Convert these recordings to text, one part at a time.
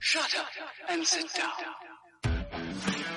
Shut up and sit down.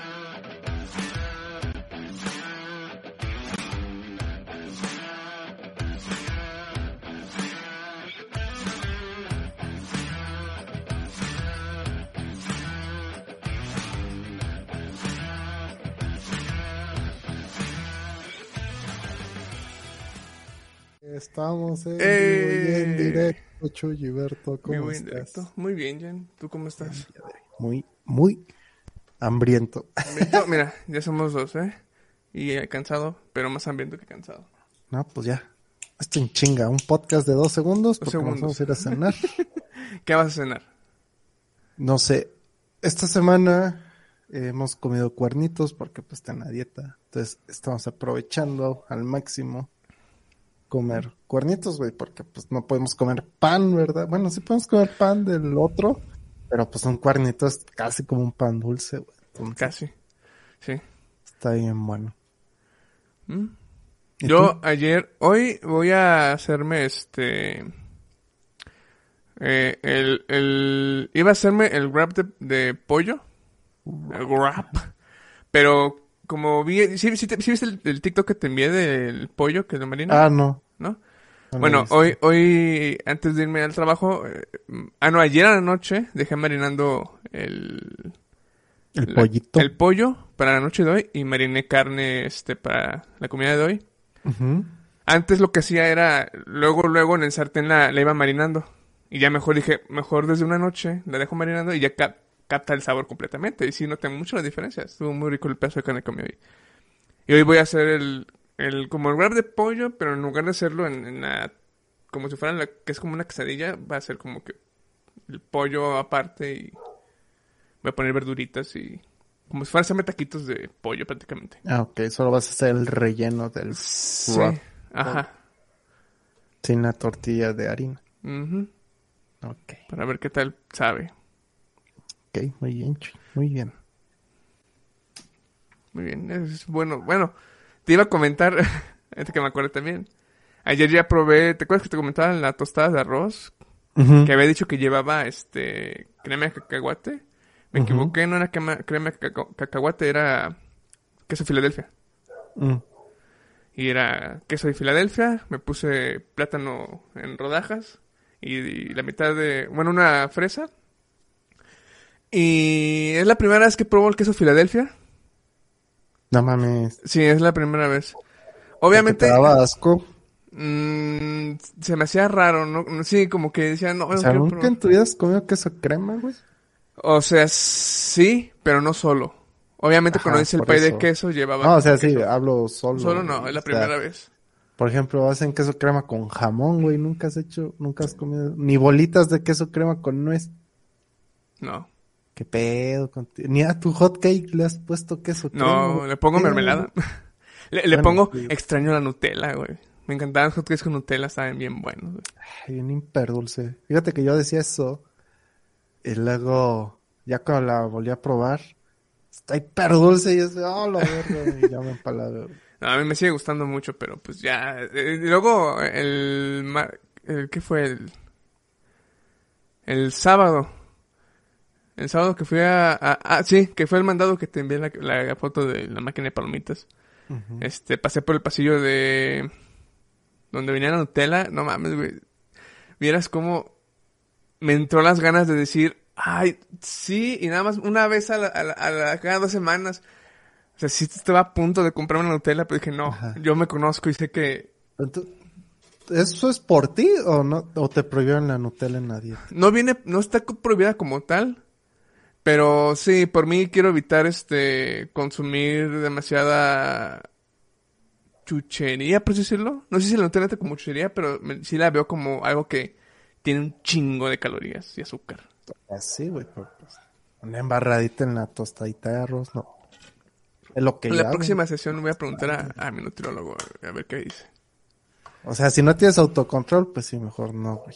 Estamos en vivo y en directo, Chuyberto, ¿cómo Vivo estás? en directo. Muy bien, Jan. ¿Tú cómo estás? Muy hambriento. Hambriento, mira, ya somos dos, ¿eh? Y cansado, pero más hambriento que cansado. No, pues ya. Esto en chinga, un podcast de 2 segundos porque nos segundos. vamos a ir a cenar. ¿Qué vas a cenar? No sé, esta semana hemos comido cuernitos porque pues está en la dieta. Entonces estamos aprovechando al máximo comer cuernitos, güey, porque pues no podemos comer pan, ¿verdad? Bueno, sí podemos comer pan del otro, pero pues un cuernito es casi como un pan dulce, güey. Entonces, Casi. Sí. está bien bueno. ¿Y Yo tú? hoy voy a hacerme iba a hacerme el wrap de pollo. El wrap. Pero como vi, ¿sí viste el TikTok que te envié del pollo que lo marina? Ah, no. ¿No? No lo Bueno, he visto. hoy, antes de irme al trabajo, ayer a la noche dejé marinando El pollito. el pollo para la noche de hoy y mariné carne, para la comida de hoy. Ujú. Antes lo que hacía era, luego en el sartén la iba marinando. Y ya mejor desde una noche la dejo marinando y ya capta el sabor completamente. Y sí, noté mucho la diferencia. Estuvo muy rico el pedazo de carne que comí hoy. Y hoy voy a hacer como el wrap de pollo, pero en lugar de hacerlo en la, como si fuera que es como una quesadilla, va a ser como que el pollo aparte y voy a poner verduritas y como si fuera a hacerme taquitos de pollo prácticamente. Ah, ok, solo vas a hacer el relleno del Sí, wrap ajá. sin la tortilla de harina. Ujú. Ok, Para ver qué tal sabe. ok, muy bien, muy bien. Muy bien, es bueno. Bueno, te iba a comentar, que me acuerdo también. Ayer ya probé, ¿te acuerdas que te comentaba la tostada de arroz? Ujú. Que había dicho que llevaba, crema de cacahuate. Me Ujú. equivoqué, no era crema de cacahuate, era queso Filadelfia. Mm. Y era queso de Filadelfia, me puse plátano en rodajas y la mitad una fresa. Y es la primera vez que pruebo el queso Filadelfia. No mames. Sí, es la primera vez. ¿Porque Obviamente, te daba asco? se me hacía raro, ¿no? Sí, como que decía, no, O no sea, quiero ¿nunca probar. en tu vida has comido queso crema, güey? O sea, sí, pero no solo. Obviamente cuando Ajá, hice el por pie de eso. queso llevaba No, o sea, sí, queso. hablo solo, Solo no, güey. es la O sea, primera vez. por ejemplo, hacen queso crema con jamón, güey. Nunca has comido ni bolitas de queso crema con nuez. No. ¿Qué pedo contigo? Ni a tu hot cake le has puesto queso crema, No, güey. le pongo ¿Qué, mermelada. güey? Le Bueno, pongo sí. extraño la Nutella, güey. Me encantaban los hotcakes con Nutella, estaban bien buenos, güey. Ay, un hiperdulce. Fíjate que yo decía eso y luego, ya cuando la volví a probar, está hiperdulce y yo decía, oh, la verga, y ya me empalagué, güey. No, a mí me sigue gustando mucho, pero pues ya. Y luego ¿qué fue? El sábado. El sábado que fui sí, que fue el mandado que te envié la foto de la máquina de palomitas. Ujú. Pasé por el pasillo de donde venía la Nutella. No mames, güey. Vieras cómo me entró las ganas de decir, ay, sí, y nada más una vez cada 2 semanas. O sea, sí estaba a punto de comprarme una Nutella, pero dije, no, Ajá. yo me conozco y sé que Entonces, ¿eso es por ti o no? ¿O te prohibieron la Nutella en la dieta? no está prohibida como tal, pero sí, por mí quiero evitar consumir demasiada chuchería, por así decirlo. No sé si la Nutella entra como chuchería, pero sí la veo como algo que tiene un chingo de calorías y azúcar. Así, güey, pero, pues, una embarradita en la tostadita de arroz, no. Es lo que En yo la hago. próxima sesión voy a preguntar a mi nutriólogo a ver qué dice. O sea, si no tienes autocontrol, pues sí, mejor no, güey.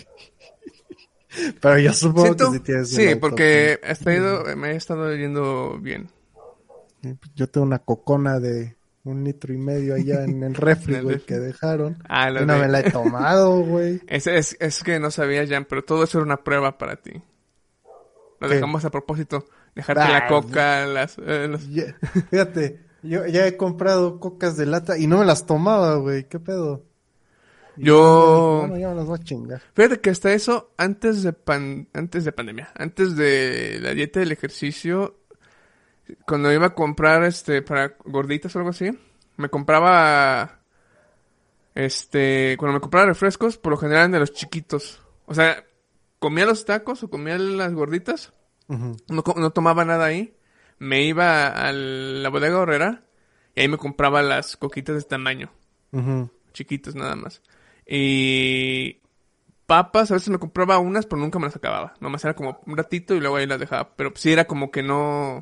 Pero yo supongo que sí tienes Sí, el porque autocontrol. me he estado yendo bien. Yo tengo una cocona de 1,5 litros allá en el refri, En el güey, refri. que dejaron. Ah, Y no me la he tomado, güey. Es que no sabía, Jan, pero todo eso era una prueba para ti. Lo ¿Qué? dejamos a propósito. Dejarte la coca, Fíjate, yo ya he comprado cocas de lata y no me las tomaba, güey. ¿Qué pedo? Y Yo... un día dije, bueno, ya me las voy a chingar. Fíjate que hasta eso, antes de pandemia, antes de la dieta del ejercicio, cuando iba a comprar, para gorditas o algo así, me compraba, cuando me compraba refrescos, por lo general eran de los chiquitos. O sea, comía los tacos o comía las gorditas, Ujú, no tomaba nada ahí, me iba a la bodega horrera y ahí me compraba las coquitas de tamaño, ujú. chiquitos nada más. Y papas, a veces me compraba unas, pero nunca me las acababa. Nomás era como un ratito y luego ahí las dejaba. Pero sí era como que no...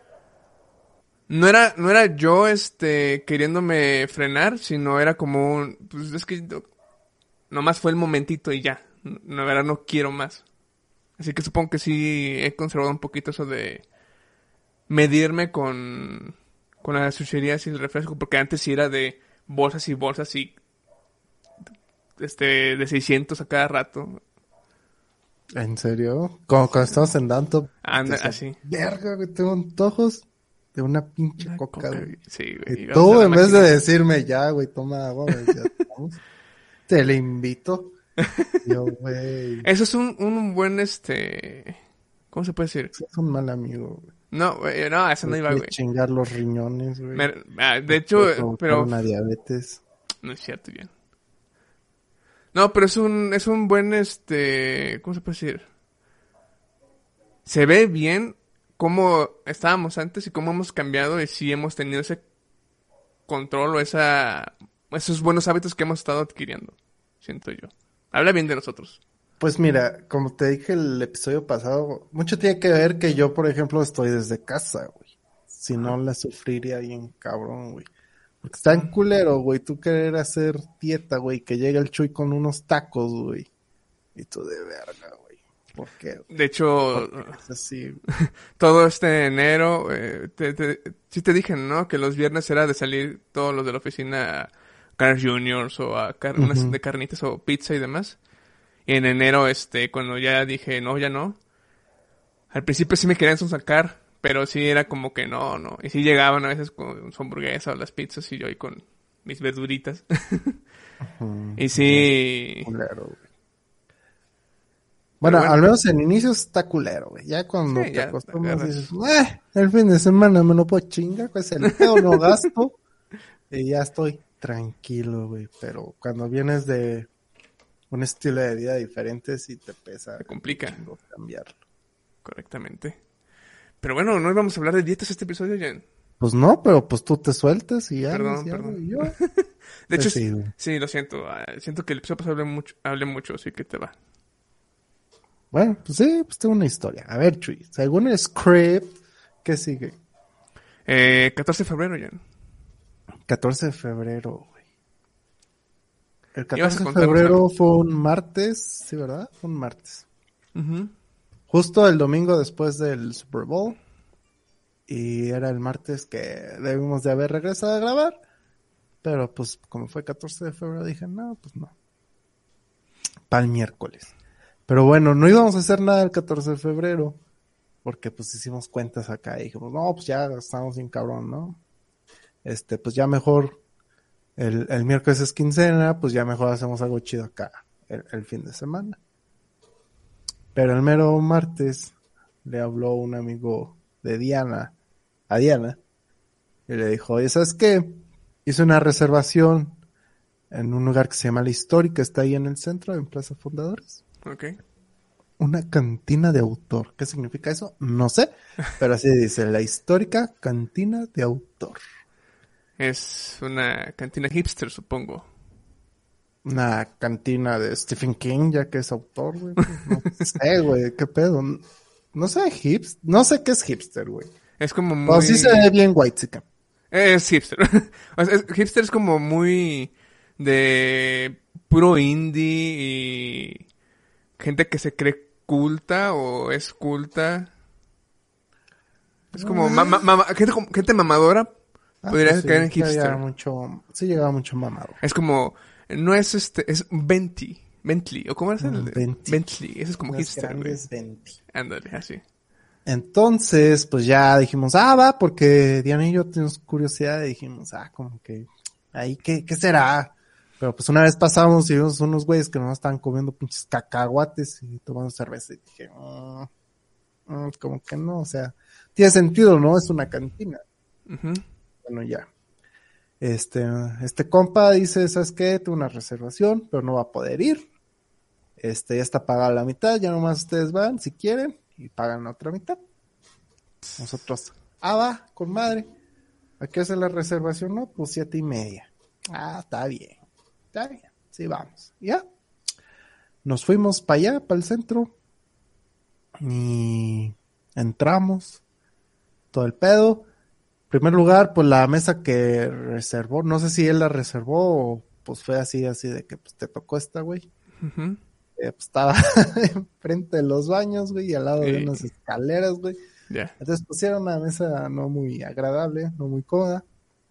No era yo, queriéndome frenar, sino era como un... Pues es que nomás fue el momentito y ya. La verdad no quiero más. Así que supongo que sí he conservado un poquito eso de medirme con las chucherías y el refresco. Porque antes sí era de bolsas y bolsas y de 600 a cada rato. ¿En serio? Como cuando estabas en Danto. Anda, decía, así. Verga, güey, tengo antojos de una pinche Una coca, coca, güey. sí, güey. Y Íbamos tú, a la en vez de maquinita. decirme, ya, güey, toma agua, me decías, vamos, te le invito. Yo, güey, Eso es un buen, ¿cómo se puede decir? es un mal amigo, güey. No, güey, no, eso no Me iba, quiere güey. chingar los riñones, güey. De hecho, Puede provocar pero... una diabetes. No es cierto, bien. No, pero es un buen, ¿cómo se puede decir? Se ve bien cómo estábamos antes y cómo hemos cambiado y si hemos tenido ese control o esos buenos hábitos que hemos estado adquiriendo, siento yo. Habla bien de nosotros. Pues mira, como te dije el episodio pasado, mucho tiene que ver que yo, por ejemplo, estoy desde casa, güey. Si no, la sufriría bien cabrón, güey. Porque está en culero, güey, tú querer hacer dieta, güey, que llega el Chuy con unos tacos, güey. Y tú de verga, güey. ¿Por qué? Güey? De hecho, Porque es así, güey. todo este enero, sí te dije, ¿no? Que los viernes era de salir todos los de la oficina a Carl Juniors o a unas Ujú. de carnitas o pizza y demás. Y en enero, cuando ya dije, no, ya no. Al principio sí me querían sacar, pero sí era como que no. Y sí llegaban a veces con su hamburguesa o las pizzas y yo ahí con mis verduritas. Ujú. Y sí, Culero, güey. pero Bueno, bueno, al menos en inicios está culero, güey. Ya cuando sí, te ya acostumbras dices, agarras. el fin de semana me lo puedo chingar, pues el pedo no gasto. Y ya estoy tranquilo, güey. Pero cuando vienes de un estilo de vida diferente, sí te pesa Se un complica, chingo cambiarlo. correctamente. Pero bueno, no íbamos a hablar de dietas este episodio, Jen. Pues no, pero pues tú te sueltas y Perdón, y perdón. y yo. De hecho, Pues sí, güey. sí, lo siento. Siento que el episodio pasado hablé mucho, así que te va. Bueno, pues sí, pues tengo una historia. A ver, Chuy, según el script, ¿qué sigue? 14 de febrero, Jen. 14 de febrero, güey. El Ibas a 14 de contarnos febrero algo. fue un martes, ¿sí, verdad? Fue un martes. Ujú. Justo el domingo después del Super Bowl. Y era el martes que debimos de haber regresado a grabar. Pero pues como fue 14 de febrero dije, no, pues no. Para el miércoles. Pero bueno, no íbamos a hacer nada el 14 de febrero. Porque pues hicimos cuentas acá y dijimos, no, pues ya estamos bien cabrón, ¿no? Pues ya mejor el miércoles es quincena, pues ya mejor hacemos algo chido acá el fin de semana. Pero el mero martes le habló un amigo de Diana a Diana y le dijo, oye, ¿sabes qué? Hice una reservación en un lugar que se llama La Histórica, está ahí en el centro, en Plaza Fundadores. Ok. Una cantina de autor. ¿Qué significa eso? No sé, pero así dice, La Histórica Cantina de Autor. Es una cantina hipster, supongo. Una cantina de Stephen King, ya que es autor, güey. No sé, güey, qué pedo. No sé, no sé qué es hipster, güey. Es como Pero muy... sí se ve bien whitezican. Es hipster. O sea, hipster es como muy de puro indie y gente que se cree culta o es culta. Es como gente mamadora. Podría Pues sí, caer en hipster. sí llegaba mucho mamado. Es como, no es es Bentley, o cómo es el de Bentley. Bentley, eso es como Las hipster, güey. grandes 20. Ándale, así. Entonces, pues ya dijimos, va, porque Diana y yo tenemos curiosidad y dijimos, como que, ahí, ¿qué será? Pero pues una vez pasamos y vimos unos güeyes que nomás estaban comiendo pinches cacahuates y tomando cerveza y dije, como que no, o sea, tiene sentido, ¿no? Es una cantina. Ujú. Bueno, ya. Este compa dice, ¿sabes qué? Tengo una reservación, pero no va a poder ir. Ya está pagada la mitad, ya nomás ustedes van, si quieren, y pagan la otra mitad. Nosotros, va, con madre. ¿A qué hace la reservación? No, pues 7:30. Está bien, sí vamos. Ya, nos fuimos para allá, para el centro, y entramos, todo el pedo. En primer lugar, pues la mesa que reservó, no sé si él la reservó o pues fue así de que pues te tocó esta, güey. Ujú. Pues estaba enfrente de los baños, güey, y al lado de unas escaleras, güey. Ya. Entonces pusieron una mesa no muy agradable, no muy cómoda.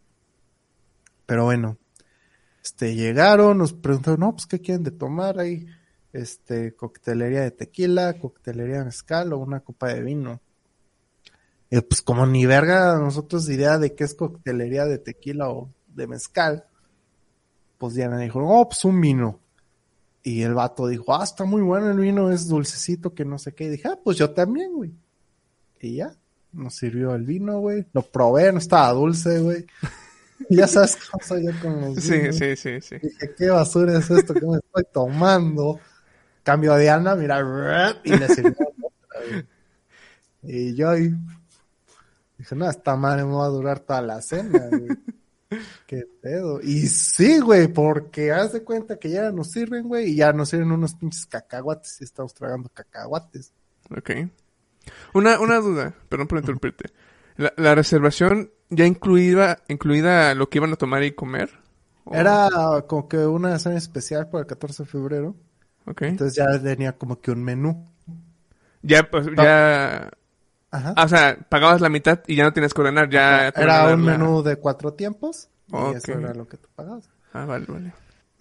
Pero bueno, llegaron, nos preguntaron, no, pues, ¿qué quieren de tomar ahí? Coctelería de tequila, coctelería de mezcal o una copa de vino. Pues como ni verga nosotros idea de qué es coctelería de tequila o de mezcal, pues Diana dijo, no, pues un vino. Y el vato dijo, está muy bueno el vino, es dulcecito, que no sé qué. Y dije, pues yo también, güey. Y ya, nos sirvió el vino, güey. Lo probé, no estaba dulce, güey. Y ya sabes cómo soy yo con los vinos. Sí. Dije, ¿qué basura es esto que me estoy tomando? Cambio a Diana, mira, y le sirvió otra, güey. Y yo ahí dije, no, esta madre me va a durar toda la cena, güey. Qué pedo. Y sí, güey, porque haz de cuenta que ya nos sirven, güey, y ya nos sirven unos pinches cacahuates y estamos tragando cacahuates. Ok. Una duda, perdón por interrumpirte. ¿La reservación ya incluida lo que iban a tomar y comer? ¿O? Era como que una cena especial para el 14 de febrero. Ok. Entonces ya tenía como que un menú. Ya, pues, ya... Ajá. O sea, pagabas la mitad y ya no tienes que ordenar, ya te van a Era dar un la- menú de 4 tiempos y Ok. eso era lo que tú pagabas. Vale.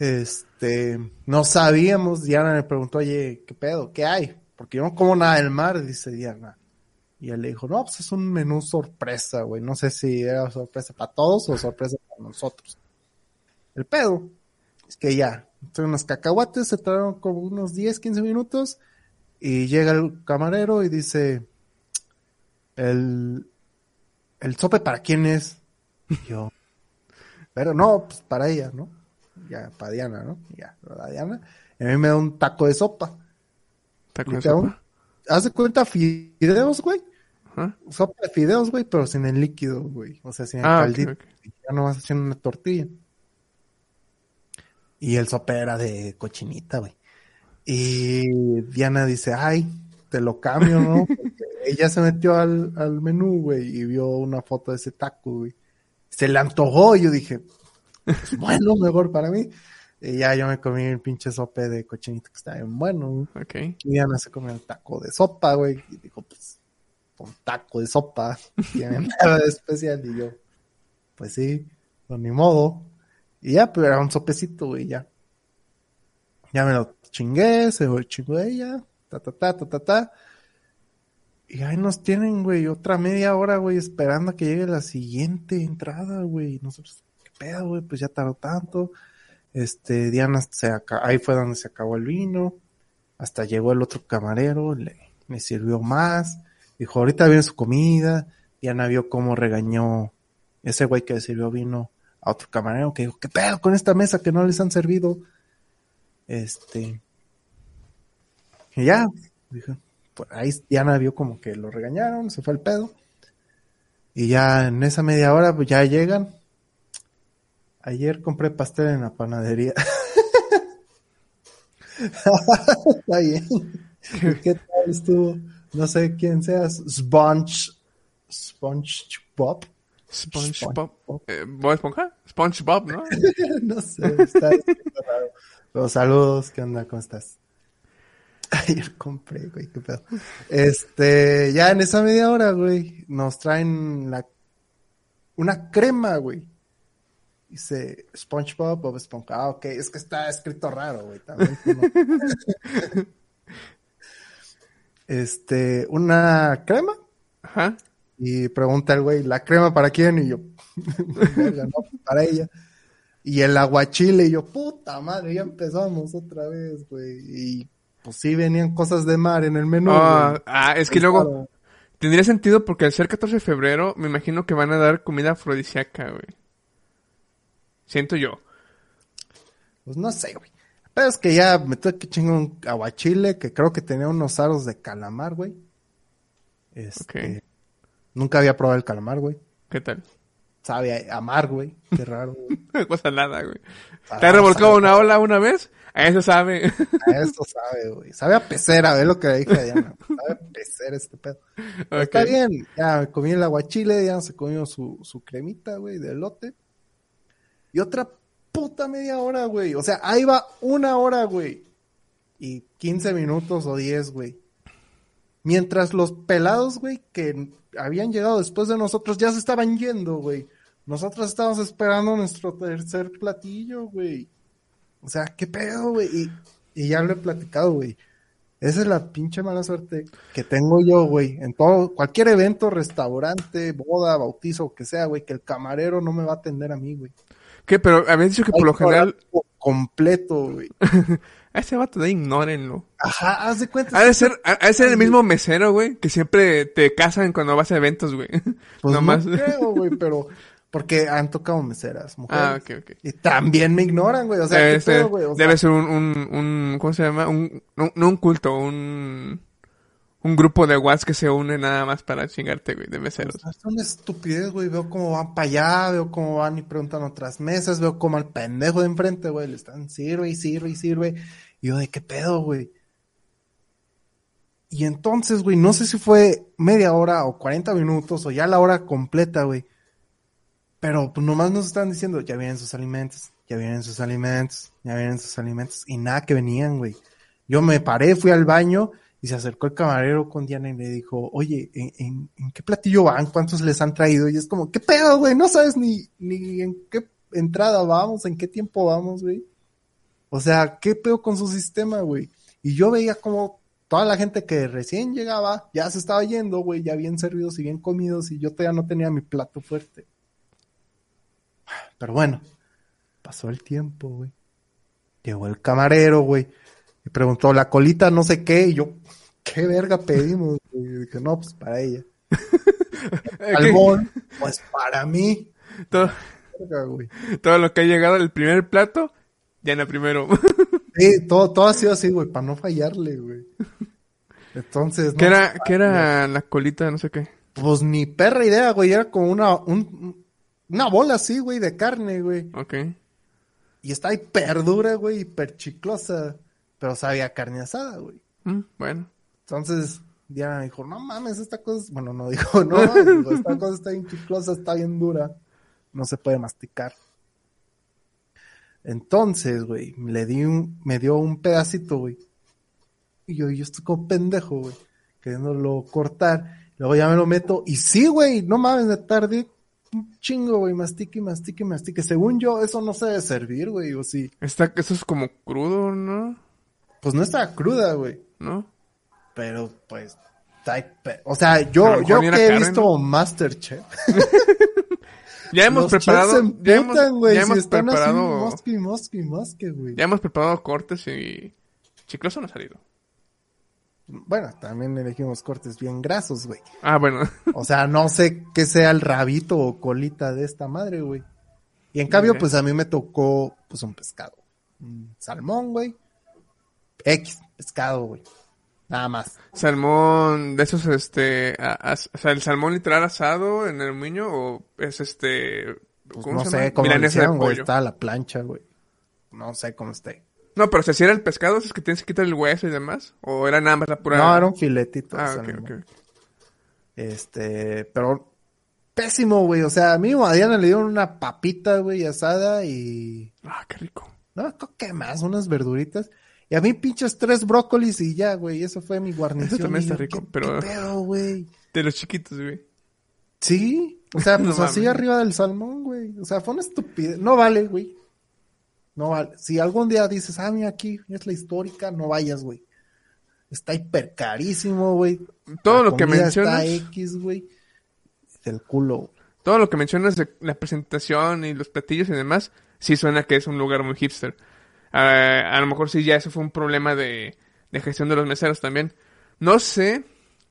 No sabíamos, Diana me preguntó, oye, ¿qué pedo? ¿Qué hay? Porque yo no como nada del mar, dice Diana. Y él le dijo, no, pues es un menú sorpresa, güey. No sé si era sorpresa para todos o sorpresa para nosotros. El pedo es que ya, son unos cacahuates, se tardaron como unos 10, 15 minutos y llega el camarero y dice, ¿el sope para quién es? Y yo, pero no, pues para ella, ¿no? Ya, para Diana, ¿no? Ya, para Diana. Y a mí me da un taco de sopa. ¿Taco de Literal, sopa? haz de cuenta fideos, güey. Ajá. Sopa de fideos, güey, pero sin el líquido, güey. O sea, sin el Ok. caldito. Y ya nomás haciendo una tortilla. Y el sope era de cochinita, güey. Y Diana dice, ay, te lo cambio, ¿no? Porque ella se metió al menú, güey, y vio una foto de ese taco, güey. Se le antojó y yo dije, pues bueno, mejor para mí. Y ya yo me comí el pinche sope de cochinita que está bien bueno, güey. Ok. Y Diana se comió el taco de sopa, güey. Y dijo, pues, un taco de sopa, tiene nada de especial. Y yo, pues sí, pues ni modo. Y ya, pero era un sopecito, güey, ya. Ya me lo chingué, se lo chingó ella, ta. Y ahí nos tienen, güey, otra media hora, güey, esperando a que llegue la siguiente entrada, güey. Nosotros, ¿qué pedo, güey? Pues ya tardó tanto. Diana ahí fue donde se acabó el vino. Hasta llegó el otro camarero, le sirvió más. Dijo, ahorita viene su comida. Diana vio cómo regañó ese güey que le sirvió vino a otro camarero que dijo, ¿qué pedo con esta mesa que no les han servido? Y ya, dije, pues ahí Diana vio como que lo regañaron, se fue el pedo. Y ya en esa media hora, pues ya llegan. Ayer compré pastel en la panadería. Está bien. ¿Y qué tal estuvo? No sé quién seas. SpongeBob. SpongeBob. ¿Bob Esponja? SpongeBob, ¿no? No sé, está raro. Pero saludos, ¿qué onda? ¿Cómo estás? Ayer compré, güey, qué pedo. Ya en esa media hora, güey, nos traen una crema, güey. Dice SpongeBob, Bob Esponja. Ok, es que está escrito raro, güey, también. Una crema Ajá. Y pregunta el güey, ¿la crema para quién? Y yo, verga, no, para ella. Y el aguachile, y yo, puta madre, ya empezamos otra vez, güey. Y pues sí venían cosas de mar en el menú, güey. Es que luego tendría sentido porque al ser 14 de febrero me imagino que van a dar comida afrodisíaca, güey. Siento yo. Pues no sé, güey. Pero es que ya me tuve que chingar un aguachile que creo que tenía unos aros de calamar, güey. Ok. Nunca había probado el calamar, güey. ¿Qué tal? Sabe a mar, güey. Qué raro, güey. Cosa nada, güey. Ah, ¿Te has revolcado sabe una ola una vez? A eso sabe. a eso sabe, güey. Sabe a pecera, es lo que le dije a Diana. Sabe a pecera este pedo. Pero está Ok. bien. Ya me comí el aguachile, ya se comió su cremita, güey, de elote. Y otra puta media hora, güey. O sea, ahí va una hora, güey. Y 15 minutos o 10, güey. Mientras los pelados, güey, que habían llegado después de nosotros, ya se estaban yendo, güey. Nosotros estábamos esperando nuestro tercer platillo, güey. O sea, ¿qué pedo, güey? Y ya lo he platicado, güey. Esa es la pinche mala suerte que tengo yo, güey. En todo, cualquier evento, restaurante, boda, bautizo, o que sea, güey, que el camarero no me va a atender a mí, güey. ¿Qué? Pero habías dicho que por lo general... Completo, güey. A ese vato de ignórenlo. Ajá, haz de cuenta. Ha de ser el mismo mesero, güey, que siempre te casan cuando vas a eventos, güey. Pues Nomás. no creo, güey, pero... Porque han tocado meseras, mujeres. Ok. Y también me ignoran, güey. O sea, ¿qué pedo, güey? O sea, Debe ser un ¿cómo se llama? No un culto, un grupo de WhatsApp que se une nada más para chingarte, güey, de meseros. pues, es una estupidez, güey. Veo cómo van para allá, veo cómo van y preguntan otras mesas, veo cómo al pendejo de enfrente, güey, le están sirve y sirve y sirve. Y yo, ¿de qué pedo, güey? Y entonces, güey, no sé si fue media hora o 40 minutos o ya la hora completa, güey. Pero pues nomás nos están diciendo, ya vienen sus alimentos, ya vienen sus alimentos, ya vienen sus alimentos. Y nada que venían, güey. Yo me paré, fui al baño y se acercó el camarero con Diana y le dijo, oye, ¿en qué platillo van? ¿Cuántos les han traído? Y es como, ¿qué pedo, güey? No sabes ni en qué entrada vamos, en qué tiempo vamos, güey. O sea, ¿qué pedo con su sistema, güey? Y yo veía como toda la gente que recién llegaba ya se estaba yendo, güey, ya bien servidos y bien comidos y yo todavía no tenía mi plato fuerte. Pero bueno, pasó el tiempo, güey. Llegó el camarero, güey. Y preguntó, la colita no sé qué. Y yo, ¿qué verga pedimos? Y dije, no, pues para ella. Salmón, pues para mí. Todo, Verga, güey. todo lo que ha llegado al primer plato, ya en el primero. Sí, todo ha sido así, güey, para no fallarle, güey. Entonces, ¿Qué no, era la colita, no sé qué? pues ni perra idea, güey. Era como una bola así, güey, de carne, güey. Ok. Y está hiper dura, güey, hiper chiclosa. Pero sabía carne asada, güey. Bueno. Entonces, Diana dijo, no mames, esta cosa... Bueno, no dijo, no mames, dijo, esta cosa está bien chiclosa, está bien dura. No se puede masticar. Entonces, güey, me dio un pedacito, güey. Y yo estoy como pendejo, güey, queriéndolo cortar. Luego ya me lo meto. Y sí, güey, no mames, me tardé un chingo, güey, mastique, mastique, mastique. Según yo, eso no se debe servir, güey, o sí. Eso es como crudo, ¿no? Pues no está cruda, güey. ¿No? Pero, pues, o sea, A lo yo mejor ni era que he carne, visto ¿no? Masterchef. Ya hemos Los preparado, chefs se emputan, güey, ya si hemos están preparado, así, mosque, güey. ya hemos preparado cortes y chicloso no ha salido. Bueno, también elegimos cortes bien grasos, güey. Ah, bueno. O sea, no sé qué sea el rabito o colita de esta madre, güey. Y en cambio, Ok. pues a mí me tocó, pues un pescado. Un salmón, güey. Pescado, güey. Nada más. Salmón, de esos, o sea, el salmón literal asado en aluminio o es Pues ¿cómo no se sé llama? cómo lo Milanesa de hicieron, güey. pollo. Está a la plancha, güey. No sé cómo esté. No, pero o sea, si era el pescado, es que tienes que quitar el hueso y demás, o era nada más la pura... No, era un filetito. de Ah, ok, salmón. ok. Pero pésimo, güey. O sea, a mí a Diana le dieron una papita, güey, asada y... Ah, qué rico. No, ¿qué más? Unas verduritas. Y a mí pinches 3 brócolis y ya, güey. Eso fue mi guarnición. Eso también Y yo, está rico, ¿qué pero- pedo, güey? De los chiquitos, güey. Sí. O sea, pues No así mames. arriba del salmón, güey. O sea, fue una estupidez. No vale, güey. No vale. Si algún día dices, mira aquí, es la histórica, no vayas, güey. está hiper carísimo, güey. Todo La lo que comida mencionas, está X, güey. Del culo, güey. todo lo que mencionas de la presentación y los platillos y demás, sí suena que es un lugar muy hipster. A lo mejor sí ya eso fue un problema de gestión de los meseros también. No sé,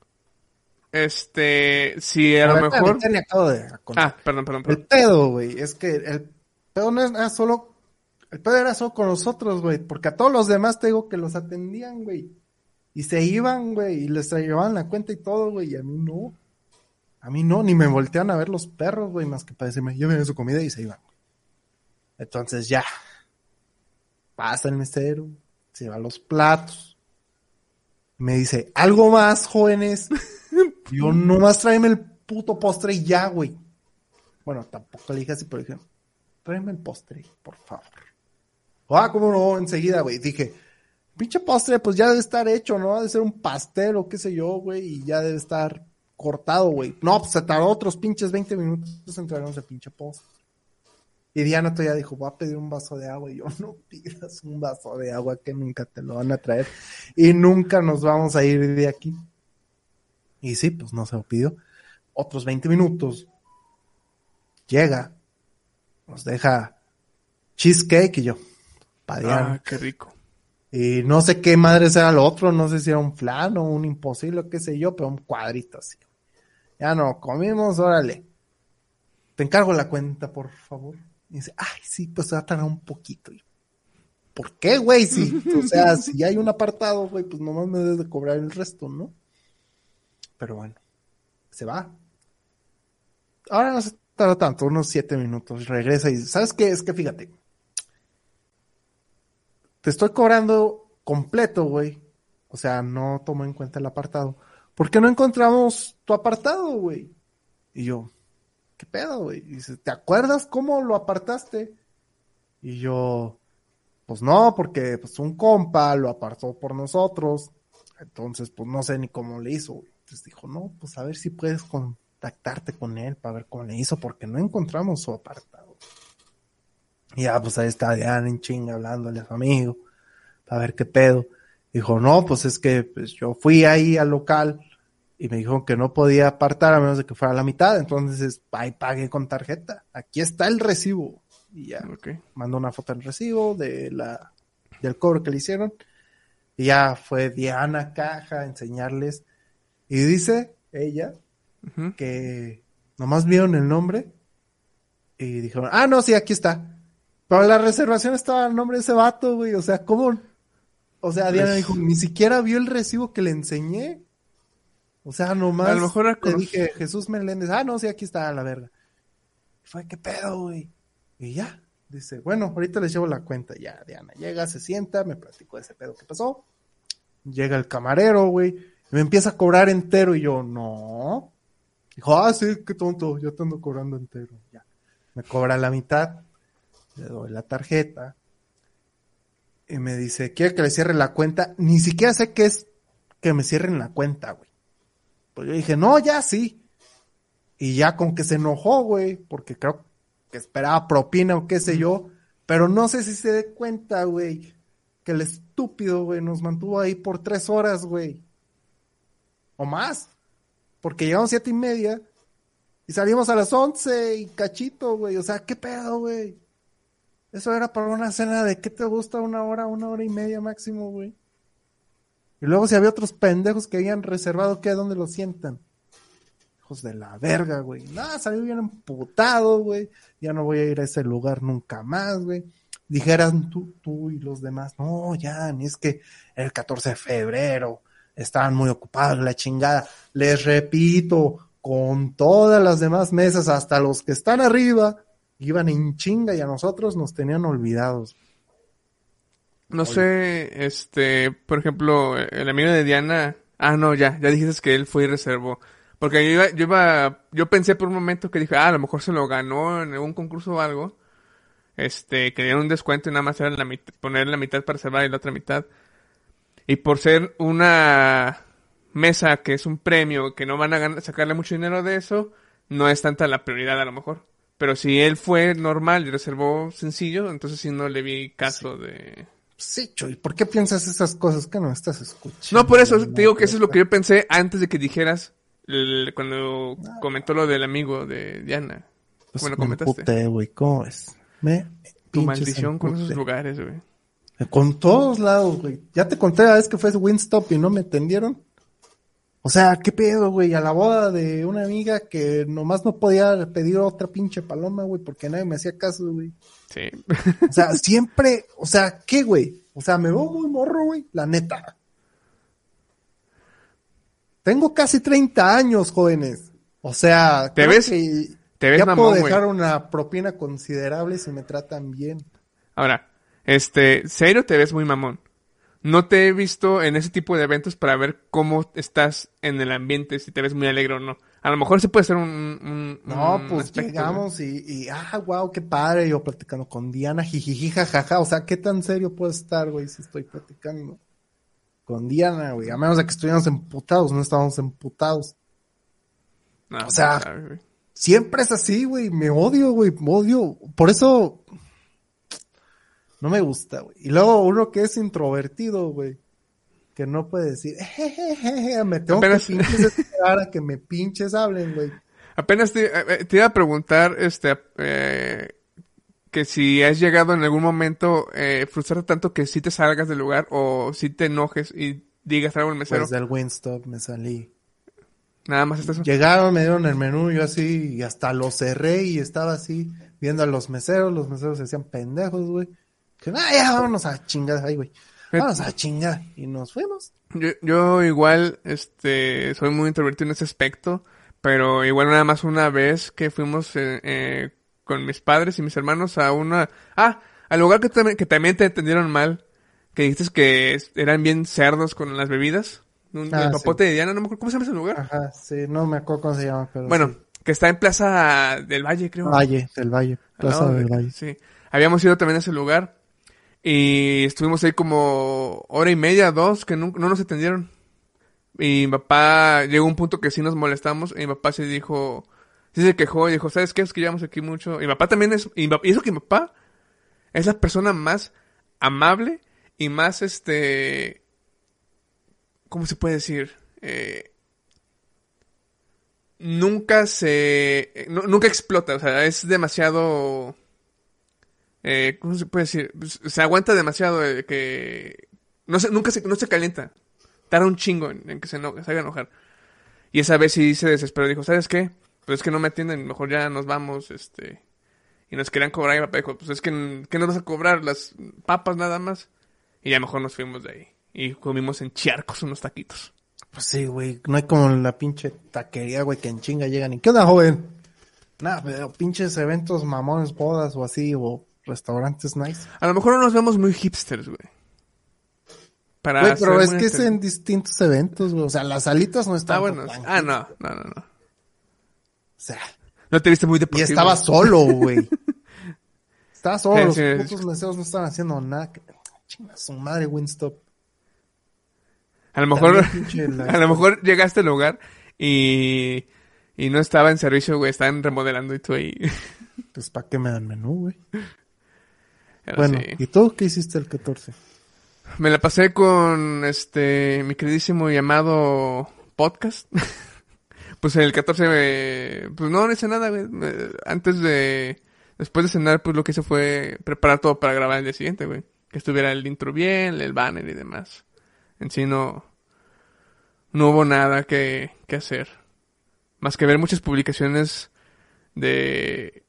si a A lo ver, mejor... te le acabo de contar. Perdón. El pedo, güey, es que el pedo no era solo, el pedo era solo con nosotros, güey, porque a todos los demás te digo que los atendían, güey, y se iban, güey, y les llevaban la cuenta y todo, güey, y a mí no, ni me voltean a ver los perros, güey, más que para decirme, lleven su comida y se iban. Entonces ya, pasa el mesero, se lleva los platos, me dice, algo más, jóvenes, yo nomás tráeme el puto postre y ya, güey. Bueno, tampoco le dije así, pero dije, tráeme el postre, por favor. Cómo no, enseguida, güey. Dije, pinche postre, pues ya debe estar hecho, ¿no? Debe ser un pastel o qué sé yo, güey, y ya debe estar cortado, güey. No, pues se tardó otros pinches 20 minutos en traernos el pinche postre. Y Diana todavía dijo, voy a pedir un vaso de agua. Y yo, no pidas un vaso de agua que nunca te lo van a traer. Y nunca nos vamos a ir de aquí. Y sí, pues no se lo pidió. Otros 20 minutos. Llega, nos deja cheesecake y yo, pa' Diana. qué rico. Y no sé qué madres era lo otro, no sé si era un flan o un imposible, qué sé yo, pero un cuadrito así. Ya no, comimos, órale. Te encargo la cuenta, por favor. Y dice, ay, sí, pues va a tardar un poquito. Y yo, ¿por qué, güey? Si, o sea, si hay un apartado, güey, pues nomás me debes de cobrar el resto, ¿no? Pero bueno, se va. Ahora no se tarda tanto, unos 7 minutos. Regresa y, ¿sabes qué? Es que fíjate. Te estoy cobrando completo, güey. O sea, no tomo en cuenta el apartado. ¿Por qué no encontramos tu apartado, güey? Y yo, ¿qué pedo, güey? Y dice, ¿te acuerdas cómo lo apartaste? Y yo, pues no, porque pues un compa lo apartó por nosotros. Entonces, pues no sé ni cómo le hizo, güey. Entonces dijo, no, pues a ver si puedes contactarte con él para ver cómo le hizo, porque no encontramos su apartado. Y ya, pues ahí está Diana en chinga hablándole a su amigo, para ver qué pedo. Dijo, no, pues es que pues, yo fui ahí al local y me dijo que no podía apartar a menos de que fuera la mitad. Entonces, ahí pagué con tarjeta. Aquí está el recibo. Y ya, Okay. mandó una foto del recibo del cobro que le hicieron. Y ya fue Diana Caja a enseñarles. Y dice ella Uh-huh. que nomás vieron el nombre y dijeron, no, sí, aquí está. Pero la reservación estaba el nombre de ese vato, güey. O sea, ¿cómo? O sea, Diana dijo, ni siquiera vio el recibo que le enseñé. O sea, A nomás lo mejor le dije, Jesús Meléndez, no, sí, aquí está, a la verga. Fue, ¿qué pedo, güey? Y ya, dice, bueno, ahorita les llevo la cuenta. Ya, Diana llega, se sienta, me platicó ese pedo que pasó. Llega el camarero, güey, y me empieza a cobrar entero. Y yo, no. Dijo, sí, qué tonto, yo te ando cobrando entero. Ya, me cobra la mitad, le doy la tarjeta. Y me dice, ¿quiere que le cierre la cuenta? Ni siquiera sé qué es que me cierren la cuenta, güey. Pues yo dije, no, ya sí. Y ya con que se enojó, güey, porque creo que esperaba propina o qué sé yo. Pero no sé si se dé cuenta, güey, que el estúpido, güey, nos mantuvo ahí por 3 horas, güey. O más. Porque llegamos 7:30 y salimos a las 11 y cachito, güey. O sea, ¿qué pedo, güey? Eso era para una cena de, ¿qué te gusta? 1 hora y media máximo, güey. Y luego si había otros pendejos que habían reservado, ¿qué? ¿Dónde lo sientan? Hijos de la verga, güey. Nada, salí bien emputado, güey. Ya no voy a ir a ese lugar nunca más, güey. Dijeran tú y los demás, no, ya, ni es que el 14 de febrero estaban muy ocupados, la chingada. Les repito, con todas las demás mesas, hasta los que están arriba, iban en chinga y a nosotros nos tenían olvidados. No sé, por ejemplo, el amigo de Diana... no, ya dijiste que él fue y reservó. Porque yo pensé por un momento que dije, a lo mejor se lo ganó en algún concurso o algo. Que dieron un descuento y nada más era poner la mitad para reservar y la otra mitad. Y por ser una mesa que es un premio, que no van a sacarle mucho dinero de eso, no es tanta la prioridad a lo mejor. Pero si él fue normal y reservó sencillo, entonces sí no le vi caso Sí. de... Sí, Chuy, ¿por qué piensas esas cosas que no estás escuchando? No, por eso te digo que eso es lo que yo pensé antes de que dijeras cuando comentó lo del amigo de Diana. Pues Bueno, me comentaste. emputé, güey, ¿cómo es? Tu Pinches maldición con esos emputé. lugares, güey. Con todos lados, güey. Ya te conté la vez que fue Wingstop y no me entendieron. O sea, ¿qué pedo, güey? A la boda de una amiga que nomás no podía pedir otra pinche paloma, güey, porque nadie me hacía caso, güey. Sí. O sea, siempre, o sea, ¿qué, güey? O sea, me veo muy morro, güey, la neta. Tengo casi 30 años, jóvenes. O sea, ¿Te creo ves? que Te ves ya mamón, puedo güey. dejar una propina considerable si me tratan bien. Ahora, serio te ves muy mamón. No te he visto en ese tipo de eventos para ver cómo estás en el ambiente, si te ves muy alegre o no. A lo mejor sí puede ser No, un pues aspecto, llegamos wow, qué padre, yo platicando con Diana, jijiji, jajaja, o sea, qué tan serio puedo estar, güey, si estoy platicando con Diana, güey, a menos de que estuviéramos emputados, no estábamos emputados. güey. No, O sea, quién sabe, güey. siempre es así, güey, me odio, por eso no me gusta, güey. Y luego uno que es introvertido, güey, que no puede decir, jejeje, me tengo Apenas- que pinches esperar a que me pinches hablen, güey. Apenas te iba a preguntar, que si has llegado en algún momento frustrarte tanto que si te salgas del lugar o si te enojes y digas algo al mesero. Pues del Wingstop me salí. Nada más está eso. Llegaron, me dieron el menú, yo así, y hasta lo cerré y estaba así, viendo a los meseros se hacían pendejos, güey. Que, ya, vámonos a chingar, ay, güey. Vámonos a chingar. Y nos fuimos. Yo igual, soy muy introvertido en ese aspecto, pero igual nada más una vez que fuimos con mis padres y mis hermanos al lugar que también te entendieron mal, que dijiste que eran bien cerdos con las bebidas, el papote de Diana, no me acuerdo cómo se llama ese lugar. Ajá, sí, no me acuerdo cómo se llama, pero Bueno, sí. que está en Plaza del Valle, creo. Del Valle, Al Plaza lado del Valle. Sí, habíamos ido también a ese lugar y estuvimos ahí como hora y media, 2, que no nos atendieron. Y mi papá llegó a un punto que sí nos molestamos. Y mi papá sí se quejó y dijo, ¿sabes qué? Es que llevamos aquí mucho. Y mi papá también y eso que mi papá es la persona más amable y más, ¿cómo se puede decir? Nunca explota, o sea, es demasiado, ¿cómo se puede decir? Pues, se aguanta demasiado que no se calienta. Tarda un chingo en que se haga enojar. Y esa vez sí se desesperó. Dijo, ¿sabes qué? Pues es que no me atienden. Mejor ya nos vamos, Y nos querían cobrar. Y mi papá dijo, pues es que ¿qué nos vas a cobrar? Las papas nada más. Y ya mejor nos fuimos de ahí. Y comimos en Charcos unos taquitos. Pues sí, güey, no hay como la pinche taquería, güey, que en chinga llegan y ¿qué onda, joven? Nada, pero pinches eventos mamones, bodas o así, o restaurantes nice. A lo mejor no nos vemos muy hipsters, güey. Güey, pero ser es muy que es enter- en distintos eventos, güey, o sea, las salitas no están bueno. tan No. O sea, No te viste muy y deportivo. estaba solo, güey. Estaba solo, los Sí. putos meseros no estaban haciendo nada. Chinga su madre, Wingstop. A lo mejor, También pinche a lo mejor llegaste al lugar y no estaba en servicio, güey. Estaban remodelando y tú ahí. Pues, ¿para qué me dan menú, güey? Pero Bueno, sí. ¿y tú qué hiciste el 14? Me la pasé con mi queridísimo llamado podcast. Pues el 14 pues no hice nada, güey. Después de cenar, pues lo que hice fue preparar todo para grabar el día siguiente, güey. Que estuviera el intro bien, el banner y demás. En sí no hubo nada que hacer. Más que ver muchas publicaciones de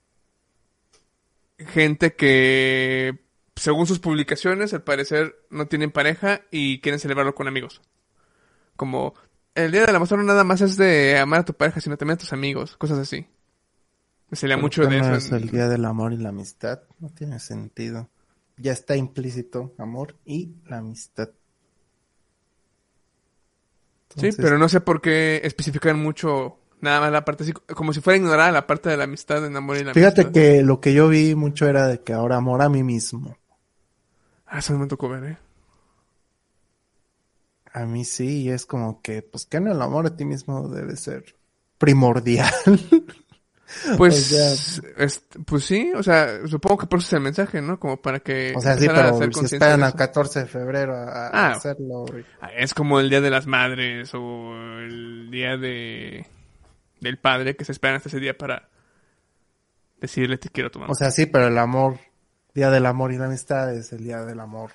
gente que, según sus publicaciones, al parecer no tienen pareja y quieren celebrarlo con amigos. Como, el día del amor no nada más es de amar a tu pareja, sino también a tus amigos, cosas así. Se lea mucho de eso. Es el día del amor y la amistad. No tiene sentido. Ya está implícito amor y la amistad. Entonces, Sí, pero no sé por qué especifican mucho nada más la parte así, como si fuera ignorada la parte de la amistad, del amor y la fíjate amistad. que lo que yo vi mucho era de que ahora amor a mí mismo. Eso no me tocó ver, A mí sí, y es como que, pues que en el amor a ti mismo debe ser primordial. Pues, pues sí, o sea, supongo que por eso es el mensaje, ¿no? Como para que O sea, sí, empezara a pero hacer si conciencia esperan de al eso. 14 de febrero a Ah, hacerlo, güey. es como el Día de las Madres o el Día del Padre que se esperan hasta ese día para decirle te quiero a tu mamá. O sea, sí, pero el amor, Día del Amor y la Amistad es el Día del Amor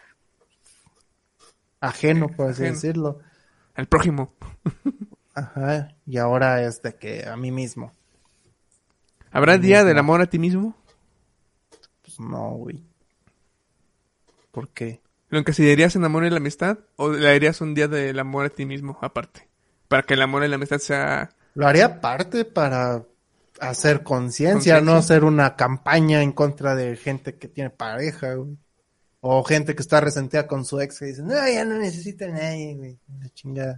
ajeno, por así Ajeno. decirlo. El prójimo. Ajá, y ahora es de que a mí mismo. ¿Habrá Mí Día mismo. del Amor a ti mismo? Pues no, güey. ¿Por qué? ¿Lo considerarías en amor y la amistad? ¿O le harías un día del amor a ti mismo aparte? Para que el amor y la amistad sea... Lo haría parte para hacer conciencia, no ¿Conciencia? hacer una campaña en contra de gente que tiene pareja, güey. O gente que está resentida con su ex y dice, no, ya no necesita a nadie, güey. La chingada.